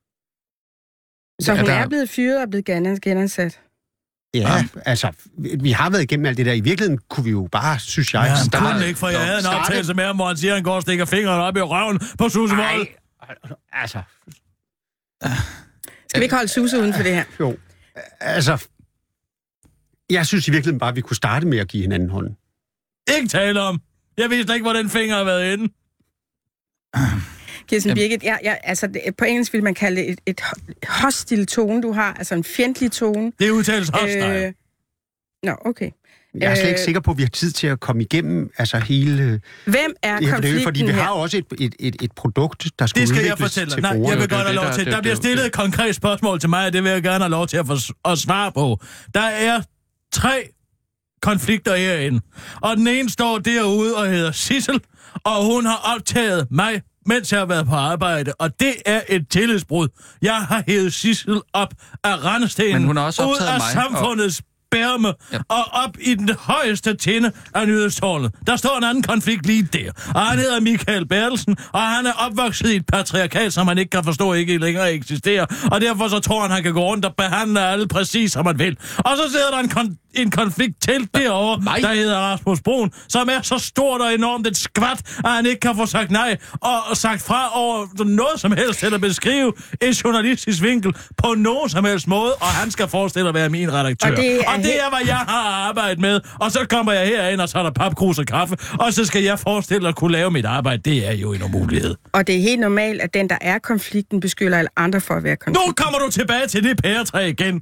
Så hun er blevet fyret og blevet genansat? Ja, altså, vi har været igennem alt det der. I virkeligheden kunne vi jo bare, synes jeg... Ja, han kunne ikke, for jeg havde en optagelse med ham, hvor han siger, at han går og stikker fingrene op i røven på Susevold. Altså... Skal vi ikke holde Suse uden for det her? Jo, altså... Jeg synes i virkeligheden bare, at vi kunne starte med at give hinanden hånden. Ikke tale om. Jeg vidste ikke, hvor den finger har været inde. Kirsten Birgit, altså, på engelsk vil man kalde det et hostile tone, du har, altså en fjendtlig tone. Det udtales hostile. Okay. Jeg er slet ikke sikker på, at vi har tid til at komme igennem altså hele... Hvem er konflikten fordi vi har jo også et produkt, der skal udvikles til brugerne. Det skal jeg fortælle. Nej, jeg vil godt have lov til. Der bliver stillet et konkret spørgsmål til mig, og det vil jeg gerne have lov til at svare på. Der er 3 konflikter herinde, og den ene står derude og hedder Sissel, og hun har optaget mig, mens jeg har været på arbejde, og det er et tillidsbrud. Jeg har hævet Sissel op af randestenen, ud af samfundets bærme, og op i den højeste tinde af nyhedstårnet. Der står en anden konflikt lige der. Og han hedder Michael Bertelsen, og han er opvokset i et patriarkat, som han ikke kan forstå ikke længere eksisterer. Og derfor så tror han kan gå rundt og behandle alle præcis, som han vil. Og så sidder der en konflikt til derovre, der hedder Rasmus Broen, som er så stort og enormt et skvat, at han ikke kan få sagt nej og sagt fra over noget som helst, eller beskrive en journalistisk vinkel på nogen som helst måde, og han skal forestille at være min redaktør. Og det er, hvad jeg har arbejdet med. Og så kommer jeg herind, og så er der papkrus og kaffe, og så skal jeg forestille at kunne lave mit arbejde. Det er jo en umulighed. Og det er helt normalt, at den, der er konflikten, beskylder alle andre for at være konflikten. Nu kommer du tilbage til det pæretræ igen.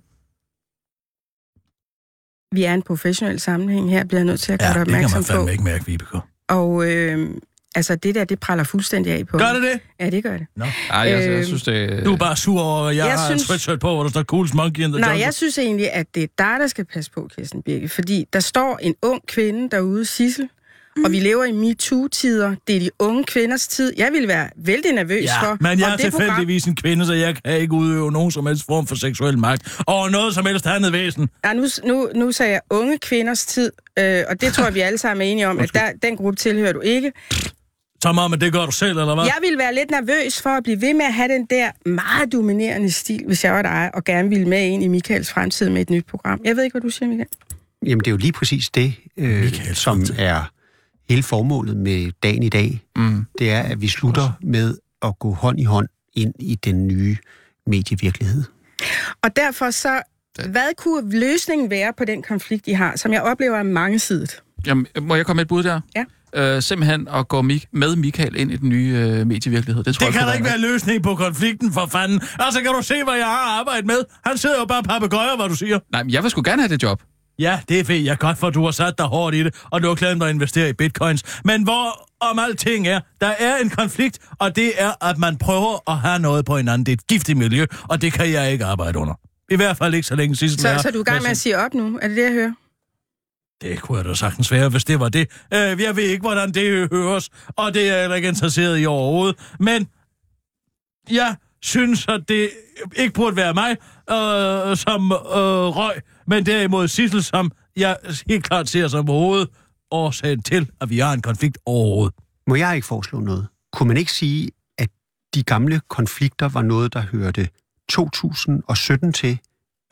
Vi er en professionel sammenhæng her, bliver jeg nødt til at gøre dig opmærksom på. Ja, det kan man fandme ikke mærke, Vibeke. Og altså, det der, det praller fuldstændig af på. Gør det det? Ja, det gør det. No. Jeg synes, det... Du er bare sur over, at jeg har en sweatshirt på, hvor der står Coolest Monkey in the Jungle. Nej, jeg synes egentlig, at det er dig, der skal passe på, Kirsten Birgit. Fordi der står en ung kvinde derude, Sissel, og vi lever i MeToo-tider. Det er de unge kvinders tid. Jeg ville være vældig nervøs for... men jeg er tilfældigvis en kvinde, så jeg kan ikke udøve nogen som helst form for seksuel magt. Og noget som helst andet væsen. Ja, nu sagde jeg unge kvinders tid, og det tror jeg, vi alle sammen er enige om, at den gruppe tilhører du ikke. Som om, at det gør du selv, eller hvad? Jeg ville være lidt nervøs for at blive ved med at have den der meget dominerende stil, hvis jeg var dig, og gerne ville med ind i Michaels fremtid med et nyt program. Jeg ved ikke, hvad du siger, Michael. Jamen, det er jo lige præcis det, som er hele formålet med dagen i dag. Det er, at vi slutter med at gå hånd i hånd ind i den nye medievirkelighed. Og derfor så, hvad kunne løsningen være på den konflikt, I har, som jeg oplever er mangesidet? Jamen, må jeg komme med et bud der? Ja. Simpelthen at gå med Michael ind i den nye medievirkelighed. Det kan da ikke være løsning på konflikten, for fanden. Altså, kan du se, hvad jeg har arbejdet med? Han sidder jo bare papegøjer, hvad du siger. Nej, men jeg vil sgu gerne have det job. Ja, det ved jeg godt, for du har sat dig hårdt i det, og du har klædt dig at investere i bitcoins. Men hvor om alting er, der er en konflikt, og det er, at man prøver at have noget på hinanden. Det er et giftigt miljø, og det kan jeg ikke arbejde under. I hvert fald ikke så længe sidst. Så du er i gang med at sige op nu? Er det det, jeg hører? Det kunne jeg da sagtens være, hvis det var det. Jeg ved ikke, hvordan det høres, og det er jeg ikke interesseret i overhovedet. Men jeg synes, at det ikke burde være mig som røg, men derimod Sissel, som jeg helt klart ser som hovedårsagen til, at vi har en konflikt overhovedet. Må jeg ikke foreslå noget? Kunne man ikke sige, at de gamle konflikter var noget, der hørte 2017 til,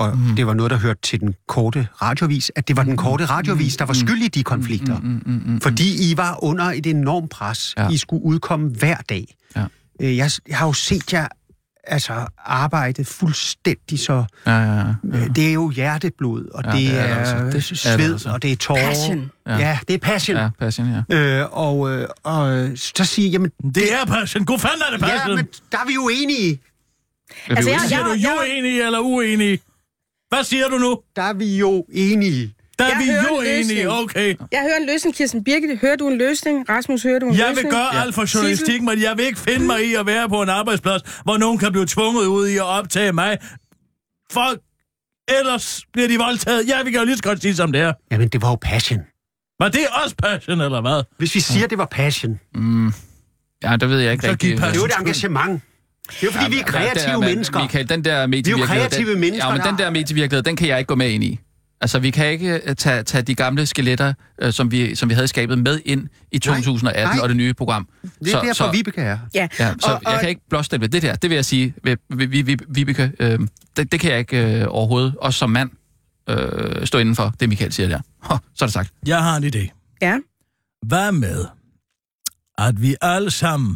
og det var noget, der hørte til den korte radiovis, at det var den korte radiovis, der var skyld i de konflikter. Fordi I var under et enormt pres. I skulle udkomme hver dag. Ja. Jeg har jo set jer arbejde fuldstændig så... Det er jo hjerteblod, og det er sved, og det er tårer. Passion. Ja, det er passion. Ja, passion, ja. Og så siger jamen... Det er passion. God fanden er det passion. Ja, men der er vi jo enige. Siger du jo enige eller uenige? Hvad siger du nu? Der er vi jo enige. Der er vi jo enige, okay. Jeg hører en løsning, Kirsten Birgit. Hører du en løsning? Rasmus, hører du en løsning? Jeg vil gøre alt for journalistik, men jeg vil ikke finde mig i at være på en arbejdsplads, hvor nogen kan blive tvunget ud i at optage mig. For ellers bliver de voldtaget. Jeg vil jo lige så godt sige som det er. Jamen, det var jo passion. Var det også passion, eller hvad? Hvis vi siger, det var passion. Ja, det ved jeg ikke rigtigt. Det er jo et engagement. Det er jo fordi, vi er kreative mennesker. Michael, den der medievirkelighed... Vi er jo kreative mennesker, men den der medievirkelighed, den kan jeg ikke gå med ind i. Altså, vi kan ikke tage de gamle skeletter, som vi havde skabet med ind i 2018 og det nye program. Det er derfor, Vibeke er. Ja, så jeg kan ikke blåstemple det der. Det vil jeg sige, Vibeke, det kan jeg ikke overhovedet, også som mand, stå inden for det, Michael siger der. Så er det sagt. Jeg har en idé. Ja. Hvad med, at vi alle sammen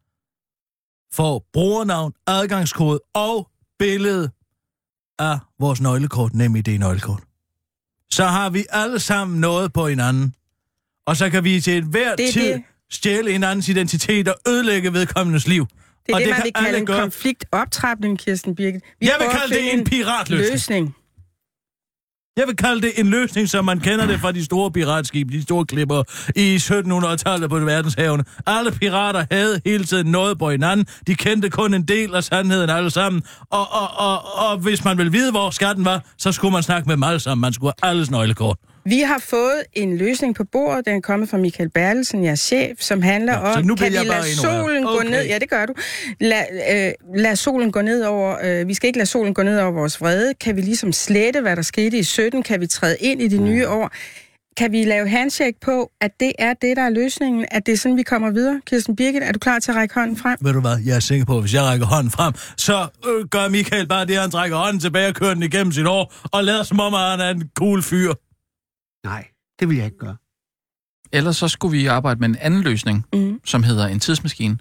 får brugernavn, adgangskode og billede af vores nøglekort, nemlig det nøglekort. Så har vi alle sammen noget på hinanden. Og så kan vi til enhver tid stjæle hinandens identitet og ødelægge vedkommendes liv. Det er og det, det man vil kalde en konfliktoptrapning, Kirsten Birgit. Jeg vil kalde det en piratløsning. Jeg vil kalde det en løsning, som man kender det fra de store piratskibe, de store klipper i 1700-tallet på verdenshavene. Alle pirater havde hele tiden noget på hinanden. De kendte kun en del af sandheden alle sammen. Og hvis man ville vide, hvor skatten var, så skulle man snakke med dem alle sammen. Man skulle have alles nøglekort. Vi har fået en løsning på bordet, den er kommet fra Michael Bertelsen, jeres chef, som handler om, kan vi lade solen gå ned? Ja, det gør du. Lad solen gå ned over, vi skal ikke lade solen gå ned over vores vrede. Kan vi ligesom slette, hvad der skete i 17? Kan vi træde ind i det nye år? Kan vi lave handshake på, at det er det, der er løsningen? At det er sådan, vi kommer videre? Kirsten Birgit, er du klar til at række hånden frem? Ved du hvad, jeg er sikker på, at hvis jeg rækker hånden frem, så gør Michael bare det, han trækker hånden tilbage og kører den igennem sit år, og lader som om, at han er en cool fyr. Nej, det vil jeg ikke gøre. Ellers så skulle vi arbejde med en anden løsning, som hedder en tidsmaskine.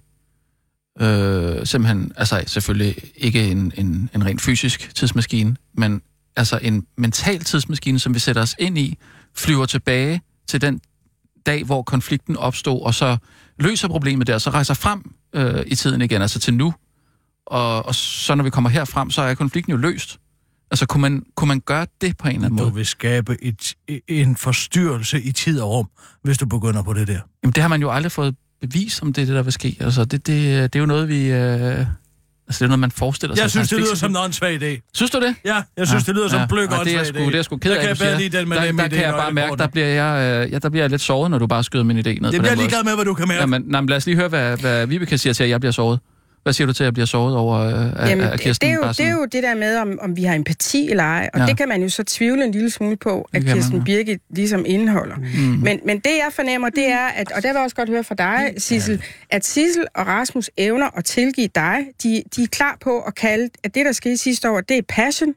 Simpelthen, altså selvfølgelig ikke en rent fysisk tidsmaskine, men altså en mental tidsmaskine, som vi sætter os ind i, flyver tilbage til den dag, hvor konflikten opstod, og så løser problemet der, og så rejser frem i tiden igen, altså til nu. Og så når vi kommer herfrem, så er konflikten jo løst. Altså, kunne man gøre det på en eller anden måde? Du vil skabe en forstyrrelse i tid og rum, hvis du begynder på det der. Jamen, det har man jo aldrig fået bevis, om det er det, der vil ske. Altså, det er jo noget, vi... det er noget, man forestiller sig. Jeg synes, det lyder som en åndssvag idé. Synes du det? Ja, jeg synes, det lyder som en bløk åndssvag idé. Det er sgu ked af, der kan jeg bare mærke, der bliver jeg lidt såret, når du bare skyder min idé ned på den måde. Det bliver ligeglad med, hvad du kan mærke. Jamen, lad os lige høre, hvad Vibeke siger til, at jeg bliver såret. Hvad siger du til, at jeg bliver såret over af Kirsten? Det er jo det der med, om vi har empati eller ej, og det kan man jo så tvivle en lille smule på, at Kirsten Birgit ligesom indeholder. Men det, jeg fornemmer, det er, at, og der vil jeg også godt høre fra dig, Sissel, at Sissel og Rasmus evner at tilgive dig. De er klar på at kalde, at det, der skete sidste år, det er passion.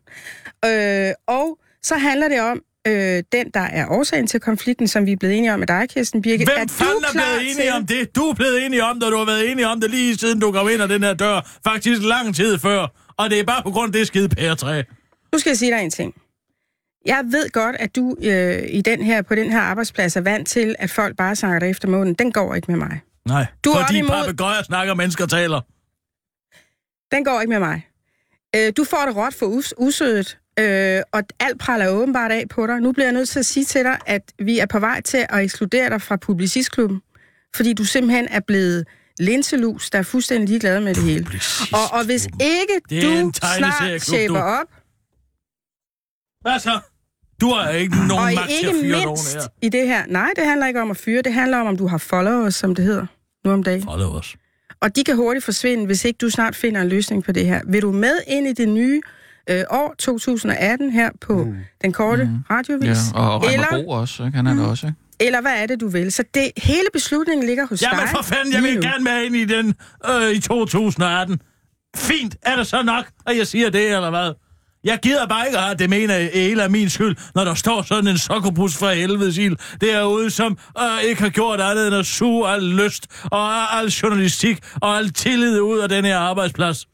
Og så handler det om, den, der er årsagen til konflikten, som vi er blevet enige om med dig, Kirsten Birgit. Hvem fanden er blevet enige om det? Du er blevet enige om det, og du har været enige om det lige siden du kom ind ad den her dør. Faktisk lang tid før. Og det er bare på grund af det skide pæretræ. Nu skal jeg sige dig en ting. Jeg ved godt, at du på den her arbejdsplads er vant til, at folk bare snakker dig efter munden. Den går ikke med mig. Nej, fordi papegøjer snakker, mennesker taler. Den går ikke med mig. Du får det råt for usødet. Og alt praller åbenbart af på dig. Nu bliver jeg nødt til at sige til dig, at vi er på vej til at ekskludere dig fra Publicistklubben, fordi du simpelthen er blevet linselus, der er fuldstændig ligeglad med det hele. Og hvis ikke du snart shaper op... Hvad så? Du har ikke nogen magt til at fyre nogen her. I det her. Nej, det handler ikke om at fyre. Det handler om du har followers, som det hedder nu om dagen. Followers. Og de kan hurtigt forsvinde, hvis ikke du snart finder en løsning på det her. Vil du med ind i det nye år 2018 her på den korte radiovis? Ja, og Reimer Bo også, kan han også, ikke? Eller hvad er det, du vil? Så hele beslutningen ligger hos dig. Jamen for fanden, jeg vil gerne med ind i den i 2018. Fint, er det så nok, at jeg siger det, eller hvad? Jeg gider bare ikke at det mener hele af min skyld, når der står sådan en sokkerbus fra helvedes ild derude, som ikke har gjort andet end at suge al lyst og al journalistik og al tillid ud af den her arbejdsplads.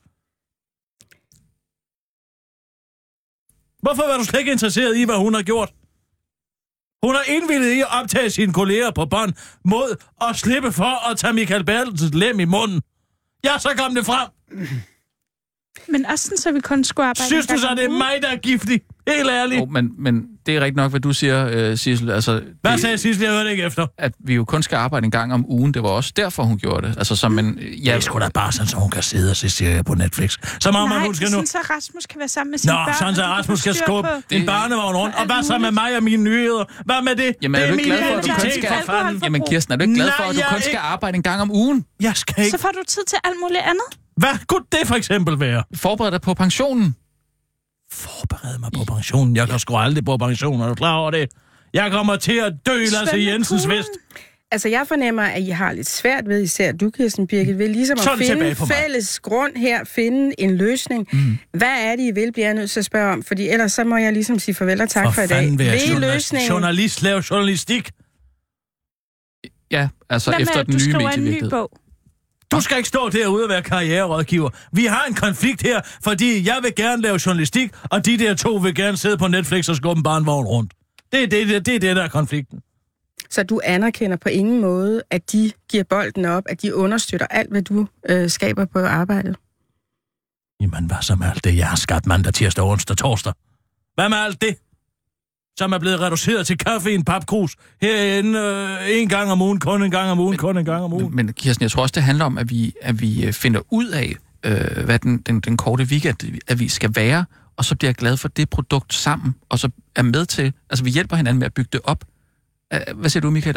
Hvorfor var du slet ikke interesseret i, hvad hun har gjort? Hun har indvilliget i at optage sine kolleger på bånd mod at slippe for at tage Michael Bertelsens lem i munden. Ja, så kom det frem. Men også sådan, så vi kun skulle arbejde. Synes du så, det er mig, der er giftig? Helt ærligt. Men det er rigtigt nok, hvad du siger, Sissel. Altså, hvad sagde Sissel? Jeg hørte ikke efter. At vi jo kun skal arbejde en gang om ugen. Det var også derfor, hun gjorde det. Altså, som en... Ja, det skulle da bare sådan, så hun kan sidde og se serier på Netflix. Så må man huske nu. Nej, så Rasmus kan være sammen med sine børn. Sådan så Rasmus skal skubbe en barnevogn rundt. Og hvad så med mig og mine nyheder? Hvad med det? Jamen, er du ikke glad for, at du kun skal... Jamen, Kirsten, er du ikke glad for, at du kun skal arbejde en gang om ugen? Jeg skal ikke. Så får du tid til alt muligt andet. Hvad kunne det for eksempel være? Forbered dig på pensionen. Forbered mig på pensionen? Jeg kan sgu aldrig på pensionen, er du klar over det? Jeg kommer til at dø, Lasse Jensens Vest. Altså, jeg fornemmer, at I har lidt svært ved, især du, Kirsten Birgit, ved ligesom at finde fælles grund her, finde en løsning. Hvad er det, I vil, bliver jeg nødt til at spørge om? Fordi ellers så må jeg ligesom sige farvel og tak for i dag. Vil løsningen... Journalist lave journalistik? Ja, altså efter den nye medievirkelighed. Du skal ikke stå derude og være karriererådgiver. Vi har en konflikt her, fordi jeg vil gerne lave journalistik, og de der to vil gerne sidde på Netflix og skubbe en barnevogn rundt. Det er det, der er konflikten. Så du anerkender på ingen måde, at de giver bolden op, at de understøtter alt, hvad du skaber på arbejdet? Jamen, hvad så med alt det, jeg har skabt mandag, tirsdag, onsdag, torsdag? Hvad med alt det, som er blevet reduceret til kaffe i en papkrus herinde en gang om ugen, kun en gang om ugen, Men Kirsten, jeg tror også, det handler om, at vi finder ud af, hvad den korte weekendavis skal være, og så bliver jeg glad for det produkt sammen, og så er med til, altså vi hjælper hinanden med at bygge det op. Hvad siger du, Michael?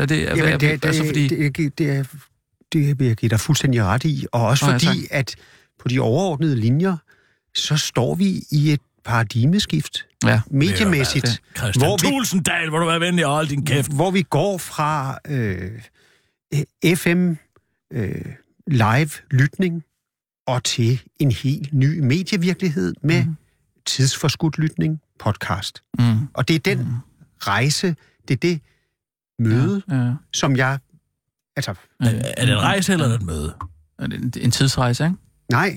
Det vil jeg give dig fuldstændig ret i, og også fordi, at på de overordnede linjer, så står vi i et paradigmeskift, mediemæssigt. Christian Tulsendal, hvor du være venlig og holde din kæft. Hvor vi går fra FM live-lytning og til en helt ny medievirkelighed med tidsforskudt lytning, podcast. Og det er den rejse, det er det møde, som jeg... Altså, er det en rejse eller et møde? Er det en tidsrejse, ikke? Nej,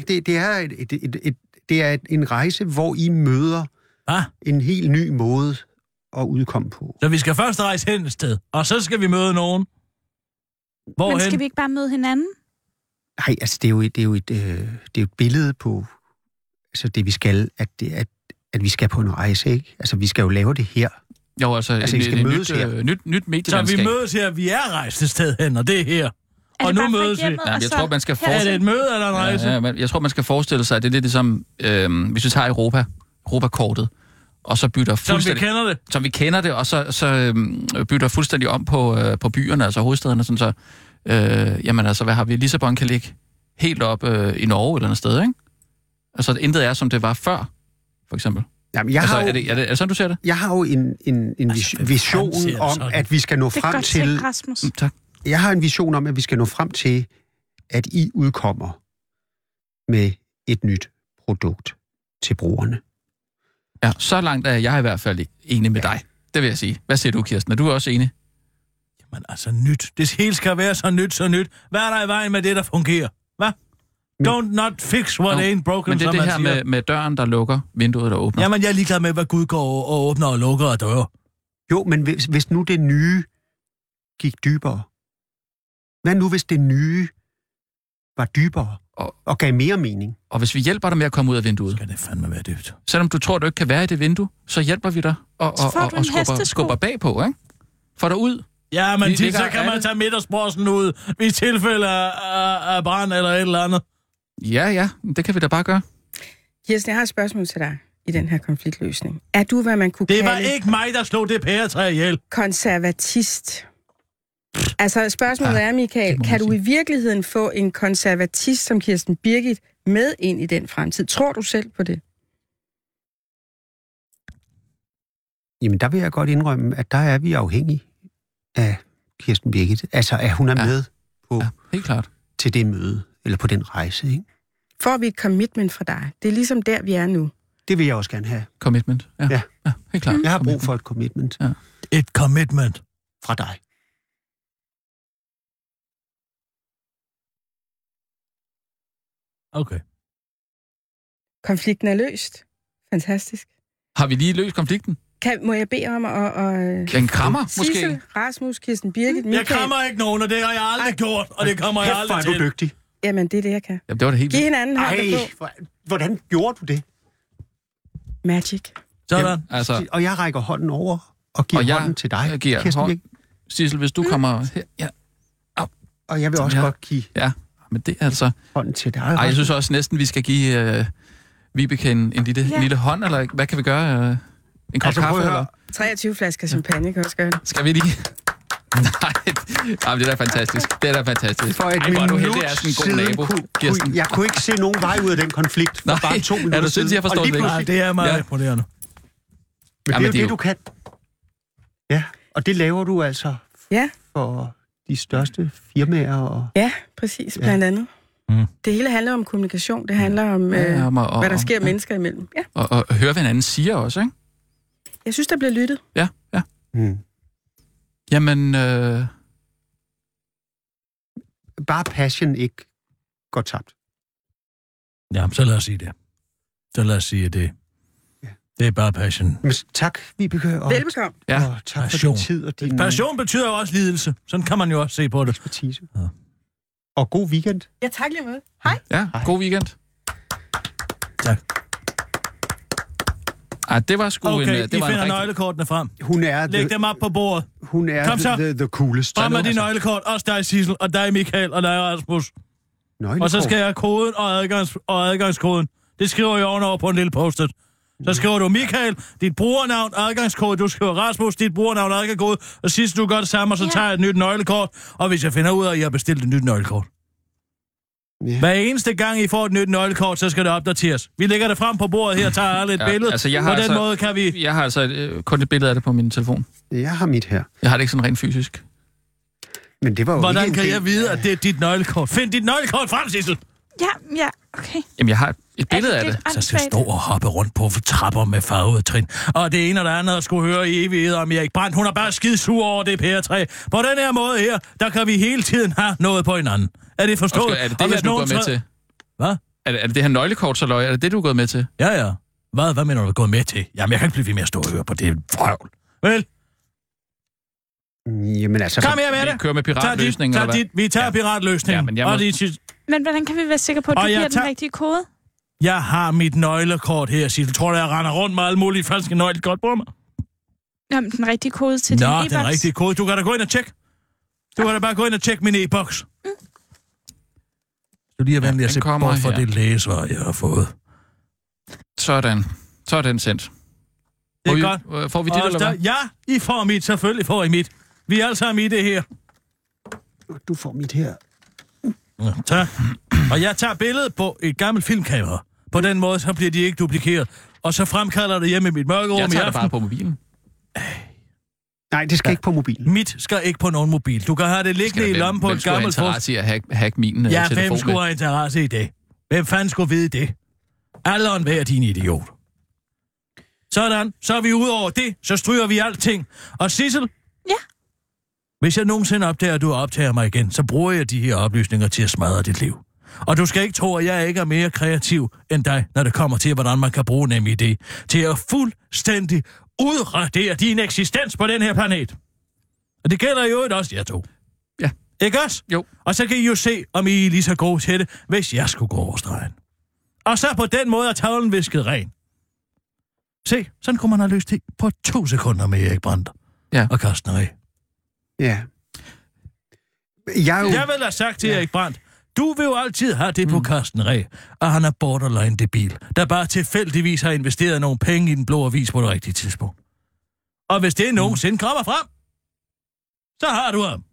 det er en rejse, hvor I møder en helt ny måde at udkomme på. Så vi skal først rejse hen et sted, og så skal vi møde nogen. Hvorhen? Men skal vi ikke bare møde hinanden? Nej, altså det er jo et billede på altså det vi skal, at vi skal på en rejse, ikke? Altså vi skal jo lave det her. Jo, altså vi skal mødes her. Nyt medielandskab. Så vi mødes her, vi er rejst et sted hen, og det er her. Og nu mødes vi. Ja, jeg tror, man skal er det et møde eller en rejse? Ja, jeg tror, man skal forestille sig, at det er lidt ligesom, hvis vi tager Europa-kortet, og så bytter fuldstændig... Som vi kender det, og så bytter fuldstændig om på byerne, altså hovedstederne, sådan så... jamen altså, hvad har vi? Lissabon kan ligge helt op i Norge eller andet sted, ikke? Altså, intet er, som det var før, for eksempel. Jamen, er det sådan, du ser det? Jeg har jo en vision om, at vi skal nå frem til... Det er godt Rasmus. Tak. Jeg har en vision om, at vi skal nå frem til, at I udkommer med et nyt produkt til brugerne. Ja, så langt er jeg i hvert fald enig med dig. Det vil jeg sige. Hvad siger du, Kirsten? Er du også enig? Jamen altså nyt. Det hele skal være så nyt. Hvad er der i vejen med det, der fungerer? Hvad? Don't not fix what ain't broken, men det er det her med døren, der lukker, vinduet, der åbner. Jamen, jeg er ligeglad med, hvad Gud går og åbner og lukker og døre. Jo, men hvis nu det nye gik dybere. Hvad nu, hvis det nye var dybere og gav mere mening? Og hvis vi hjælper dig med at komme ud af vinduet... Skal det fandme være dybt. Selvom du tror, du ikke kan være i det vindue, så hjælper vi dig og skubber bagpå, ikke? Får dig ud. Ja, men så kan man tage middagsbrøsen ud, hvis tilfælde af brand eller et eller andet. Ja, det kan vi da bare gøre. Kirsten, jeg har et spørgsmål til dig i den her konfliktløsning. Er du, hvad man kunne kalde... Det var ikke mig, der slog det pæretræ ihjel. Konservatist. Altså, spørgsmålet er, Michael, kan du i virkeligheden få en konservatist som Kirsten Birgit med ind i den fremtid? Tror du selv på det? Jamen, der vil jeg godt indrømme, at der er vi afhængige af Kirsten Birgit. Altså, at hun er med på helt klart. Til det møde, eller på den rejse, ikke? Får vi et commitment fra dig? Det er ligesom der, vi er nu. Det vil jeg også gerne have. Commitment. Ja. Ja, helt klart. Jeg har brug for et commitment. Ja. Et commitment. Fra dig. Okay. Konflikten er løst. Fantastisk. Har vi lige løst konflikten? Må jeg bede om at En krammer, måske? Sissel, Rasmus, Kirsten Birgit, Michael. Jeg krammer ikke nogen, og det har jeg aldrig gjort, og det kommer jeg Kæft, hvor aldrig er til. du dygtig. Jamen, det er det, jeg kan. Jamen, det var det helt Giv hinanden hånden på. Hvordan gjorde du det? Magic. Sådan. Jamen, altså, Og jeg rækker hånden over og giver og jeg hånden til dig. giver Kirsten hånd. Birgit. Sissel, hvis du kommer her... Ja, Og jeg vil også godt give ja, men det er altså... hånden til dig. Ej, jeg synes også næsten, vi skal give Vibeke en lille hånd, eller hvad kan vi gøre? En kop kaffe, eller? 23 flasker champagne kan også gøre det. Skal vi lige... Nej, jamen, det er da fantastisk. Det er da fantastisk. For et Ej, hvor er du minut heldig, at jeg er sådan en god nabo, siden Kirsten. jeg kunne ikke se nogen vej ud af den konflikt for Nej, bare 2 minutter er du sindssygt, jeg forstår Og lige det ikke. Nej, pludselig- det er meget Ja. imponerende. Men Jamen, det er jo det er det, du kan. Ja, og det laver du altså Ja, for de største firmaer. Og... ja, præcis, blandt andet. Mm. Det hele handler om kommunikation. Det handler om, hvad der sker mennesker imellem. Ja. Og høre, hvad hinanden siger også, ikke? Jeg synes, der bliver lyttet. Ja. Mm. Jamen, Bare passion ikke går tabt. Ja, så lad os sige det. Så lad os sige det. Ja. Det er bare passion. Men tak, Vibeke, og, Velbekomme. ja. og tak Passion. for din tid og din Passion betyder jo også lidelse. Sådan kan man jo også se på det. ekspertise. Ja. Og god weekend. Ja, tak lige måde. Hej. Ja, god weekend. Tak. Ej, det var sgu Okay, en... I Det var en finder rigtig... nøglekortene frem. Hun er, Læg dem op på bordet. hun er Kom så. the coolest. Frem med de nøglekort. Også dig, Sissel, og dig, Michael, og dig, Rasmus. Og så skal jeg have koden og adgangskoden. Det skriver jeg ovenover på en lille post-it. Så skriver du Michael, dit brugernavn, adgangskode. Du skriver Rasmus, dit brugernavn, adgangskode. Og sidst du gør det samme, og så tager jeg et nyt nøglekort. Og hvis jeg finder ud af, at I har bestilt et nyt nøglekort. Ja. Hver eneste gang, I får et nyt nøglekort, så skal det opdateres. Vi lægger det frem på bordet her, tager alle et billede. Altså, jeg har på den måde kan vi... Jeg har altså kun et billede af det på min telefon. Jeg har mit her. Jeg har det ikke sådan rent fysisk. Men det var jo Hvordan ikke en kan del- jeg vide, at det er dit nøglekort? Find dit nøglekort frem, Sissel! Ja, okay. Jamen, jeg har et billede af det. Så skal jeg stå og hoppe rundt på trapper med farvede trin. Og det ene og det andet skulle høre i evighed om Erik Brandt. Hun er bare skidsur over det pæretræ. På den her måde her, der kan vi hele tiden have noget på hinanden. Er det forstået? Oscar, er det det her, du er gået med til? Hvad? Er det her nøglekort, så løg? Er det det, du er gået med til? Ja. Hvad mener du, gået med til? Jamen, jeg kan ikke blive ved med at stå og høre på det vrøvl. Vel? Jamen altså... Kom her med Vi det! kører med piratløsning, eller hvad? Vi tager piratløsningen. Ja, men jeg må- Og de Men hvordan kan vi være sikre på, at du Og jeg giver den tager- rigtige kode? Jeg har mit nøglekort her, Sissel. Tror du, jeg render rundt med alle mulige falske nøglekort på mig? Jamen, den rigtige kode til din Nå, e-boks. den rigtige kode. Du kan da gå ind og tjekke. Du kan da bare gå ind og tjekke min e-boks. Du lige er venlig at den se kommer bort for her. det læsvar, jeg har fået. Sådan. Så er den sendt. Det er godt. Får vi dit, eller hvad? Ja, I får mit. Selvfølgelig får I mit. Vi er alle sammen i det her. Du får mit her. Ja, tak. Og jeg tager billedet på et gammelt filmkamera. På den måde, så bliver de ikke duplikeret. Og så fremkalder det hjemme i mit mørkerum Jeg i tager det aften. bare på mobilen. Nej, det skal ikke på mobilen. Mit skal ikke på nogen mobil. Du kan have det liggende i lommen på Hvem et skulle have gammelt interesse i at hacke min Ja, telefon? hvem skulle med? have interesse i det? Hvem fanden skulle vide det? Alle og enhver din idiot. Sådan, så er vi ude over det, så stryger vi alting. Og Sissel? Ja? Hvis jeg nogensinde opdager, at du optager mig igen, så bruger jeg de her oplysninger til at smadre dit liv. Og du skal ikke tro, at jeg ikke er mere kreativ end dig, når det kommer til, hvordan man kan bruge NemID til at fuldstændig udradere din eksistens på den her planet. Og det gælder jo også jer to. Ja. Ikke også? Jo. Og så kan I jo se, om I er lige så gode til det, hvis jeg skulle gå over stregen. Og så på den måde er tavlen visket ren. Se, sådan kunne man have løst det på 2 sekunder med Erik Brandt. Ja. Og Carsten Reh. Ja. Jeg Jeg vil have sagt til Erik Brandt, du vil jo altid have det på Carsten Reh, og han er borderline debil, der bare tilfældigvis har investeret nogle penge i den blå avis på det rigtige tidspunkt. Og hvis det nogensinde kommer frem, så har du ham.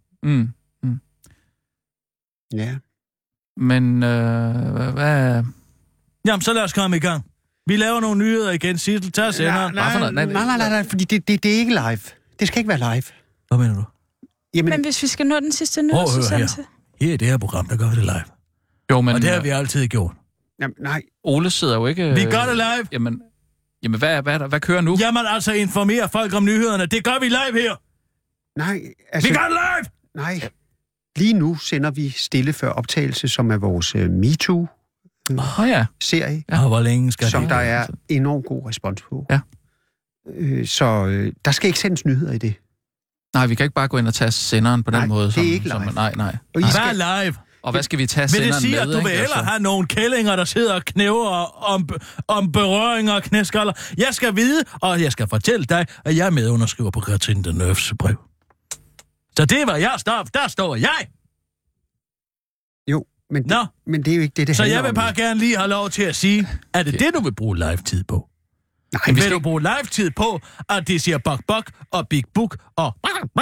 Ja. Men hvad... Jamen, så lad os komme i gang. Vi laver nogle nyheder igen. Sissel, tag senderen. Nej, fordi det er ikke live. Det skal ikke være live. Hvad mener du? Jamen, Men hvis vi skal nå den sidste Prøv at høre nyhedsudsendelse... Her i det her program, der gør vi det live. Jo, men Og det har vi altid gjort. nej. Ole sidder jo ikke... Vi gør det live. Jamen, Jamen, hvad kører nu? Jamen altså, informere folk om nyhederne. Det gør vi live her. Nej, altså... Vi gør det live! Nej. Lige nu sender vi Stille før optagelse, som er vores MeToo-serie, Ja. Og hvor længe skal som det? der er enormt god respons på. Ja. Så der skal ikke sendes nyheder i det. Nej, vi kan ikke bare gå ind og tage senderen på den måde. det er ikke live. Nej. Og I skal... Hvad er live? Og hvad skal vi tage Men senderen med? det siger, at du vil ikke? hellere have nogle kællinger, der sidder og knæver om berøringer og knæskaller. Jeg skal vide, og jeg skal fortælle dig, at jeg er medunderskriver på Katrine Deneuves brev. Så det var jeg står. Der står jeg! Jo, men det er jo ikke det Så handler jeg vil om. bare gerne lige have lov til at sige, er det det, du vil bruge live-tid på? Nej, Vil du bruge live-tid på, at de siger bok og big book og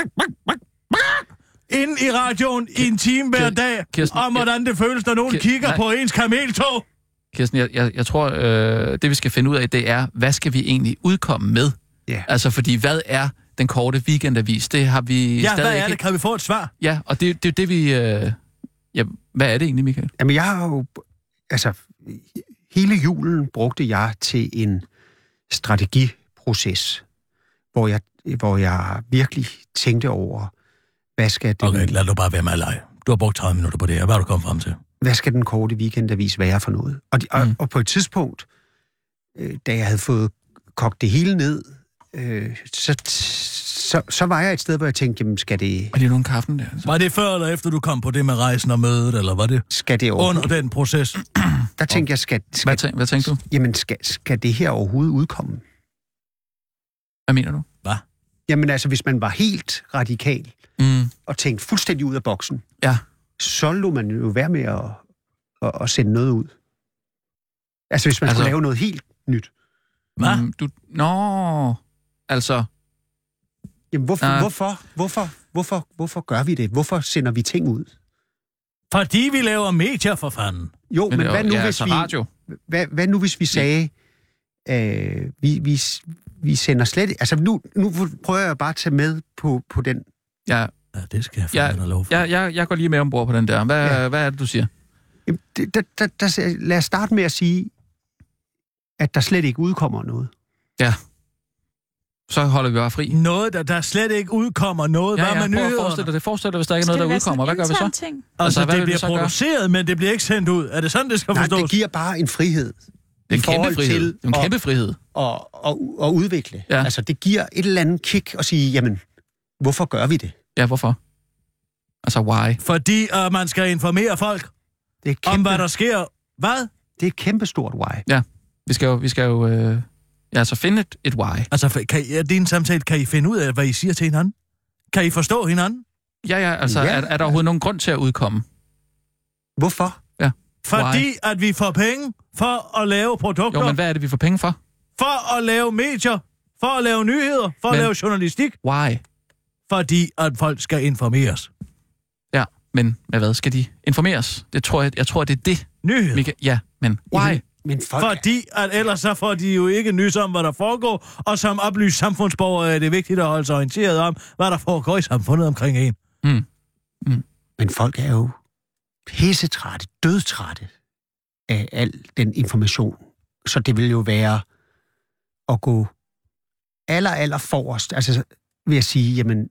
inde i radioen i en time hver dag, Kirsten, om hvordan det føles, når nogen kigger på ens kameltog? Kirsten, jeg tror, det vi skal finde ud af, det er, hvad skal vi egentlig udkomme med? Ja. Altså, fordi hvad er den korte weekendavis? Det har vi Ja, stadig hvad er ikke... det? Kan vi få et svar? Ja, og det er det, vi... hvad er det egentlig, Michael? Jamen, jeg har jo... Altså, hele julen brugte jeg til en strategiproces, hvor jeg virkelig tænkte over, hvad skal den... Okay, lad du bare være med at lege. Du har brugt 30 minutter på det her. Hvad er du kommet frem til? Hvad skal den korte weekendavis være for noget? Og på et tidspunkt, da jeg havde fået kogt det hele ned, så var jeg et sted, hvor jeg tænkte, jamen skal det... Er det nogen kaffen der? Altså? Var det før eller efter, du kom på det med rejsen og mødet, eller var det Skal det under den proces? Der tænkte jeg, Hvad tænkte du? Jamen, skal det her overhovedet udkomme? Hvad mener du? Hvad? Jamen altså, hvis man var helt radikal og tænkte fuldstændig ud af boksen, Ja. så lå man jo være med at sende noget ud. Altså, hvis man skulle lave noget helt nyt. Hvad? Altså... Jamen, hvorfor gør vi det? Hvorfor sender vi ting ud? Fordi vi laver medier, for fanden. Jo, men hvad nu, hvis vi... radio. Hvad nu, hvis vi sagde, vi sender slet... Altså, nu prøver jeg bare at tage med på den... Ja, det skal jeg fandme lov for. Jeg går lige med ombord på den der. Hvad er det, du siger? Jamen, lad os starte med at sige, at der slet ikke udkommer noget. Ja. Så holder vi bare fri. Noget, der slet ikke udkommer noget. Hvad med nyhederne? Forestil dig, hvis der ikke er noget, der udkommer. Hvad gør vi så? Ting? Altså, hvad det vil bliver du så gøre? produceret, men det bliver ikke sendt ud. Er det sådan, det skal Nej, forstås? det giver bare en frihed. Det er en kæmpe frihed. Til Det er en kæmpe frihed. at udvikle. Ja. Altså, det giver et eller andet kick at sige, jamen, hvorfor gør vi det? Ja, hvorfor? Altså, why? Fordi man skal informere folk Det er om, hvad der sker. Hvad? Det er et kæmpestort why. Ja, vi skal jo altså finde et why. Altså, din samtale, kan I finde ud af, hvad I siger til hinanden? Kan I forstå hinanden? Ja, altså, Ja. er der overhovedet nogen grund til at udkomme? Hvorfor? Ja. Fordi at vi får penge for at lave produkter, Jo, men hvad er det, vi får penge for? for at lave medier, for at lave nyheder, for at lave journalistik, Why? fordi at folk skal informeres. Ja, men hvad skal de informeres? Jeg tror, det er det. Nyheder. Ja, men why? Men folk... Fordi at ellers så får de jo ikke nys om, hvad der foregår, og som oplyst samfundsborger er det vigtigt at holde sig orienteret om, hvad der foregår i samfundet omkring en. Men folk er jo pissetrætte, dødtrætte af al den information. Så det vil jo være at gå aller forrest. Altså vil jeg sige, jamen,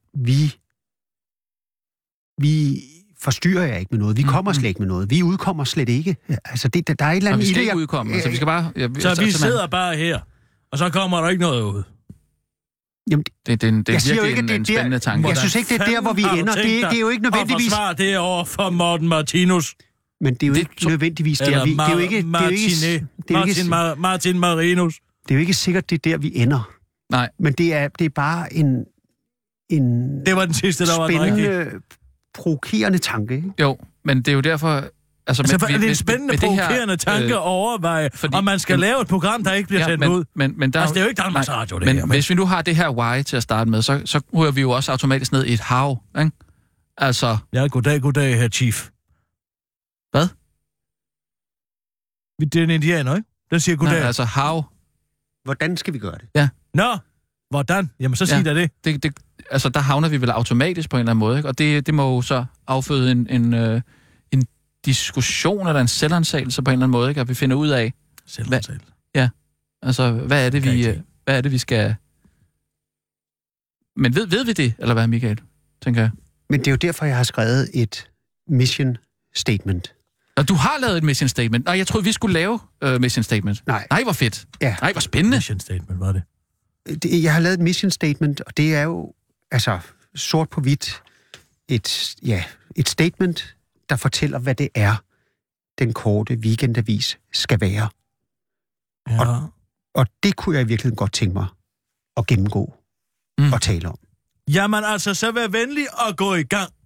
vi forstyrrer jer ikke med noget. Vi kommer slet ikke med noget. Vi udkommer slet ikke. Altså, der er et eller andet... Og vi skal i det, ikke udkomme. Altså, vi skal bare... Så vi sidder bare her, og så kommer der ikke noget ud. Jamen, Det er jeg siger jo virkelig ikke, en spændende tanke. Jeg synes ikke, det er der, hvor vi ender. Det er jo ikke nødvendigvis... Og forsvar det over for Morten Martinus. Men det er jo ikke nødvendigvis der, vi... Det er jo ikke... Martin Marinus. Det er jo ikke sikkert, det er der, vi ender. Nej. Men det er bare en Det var den sidste, der var den rigtige. spændende, provokerende tanke, ikke? Jo, men det er jo derfor... Altså, det er en spændende, provokerende tanke at overveje, om man skal lave et program, der ikke bliver sendt ud. Men der, altså, det er jo ikke Danmarks Radio, det men her. Hvis vi nu har det her why til at starte med, så ryger vi jo også automatisk ned i et hav, ikke? Altså... Ja, goddag, herr chief. Hvad? Det er en indianer, ikke? Den siger goddag. Nej, altså hav. Hvordan skal vi gøre det? Ja. Nå, hvordan? Jamen, så sig da det. Altså, der havner vi vel automatisk på en eller anden måde, ikke? Og det må jo så afføde en diskussion eller en selvansagelse på en eller anden måde, ikke? At vi finder ud af... Selvansagelse? Ja. Altså, hvad er det, vi skal... Men ved vi det, eller hvad, Michael, tænker jeg? Men det er jo derfor, jeg har skrevet et mission statement. Og du har lavet et mission statement. Nej, jeg troede, vi skulle lave mission statement. Nej, hvor fedt. Ja. Nej, hvor spændende. Mission statement, var det? Jeg har lavet et mission statement, og det er jo sort på hvidt et statement, der fortæller, hvad det er, den korte weekendavis skal være. Ja. Og det kunne jeg i virkeligheden godt tænke mig at gennemgå og tale om. Jamen altså, så vær venlig og gå i gang.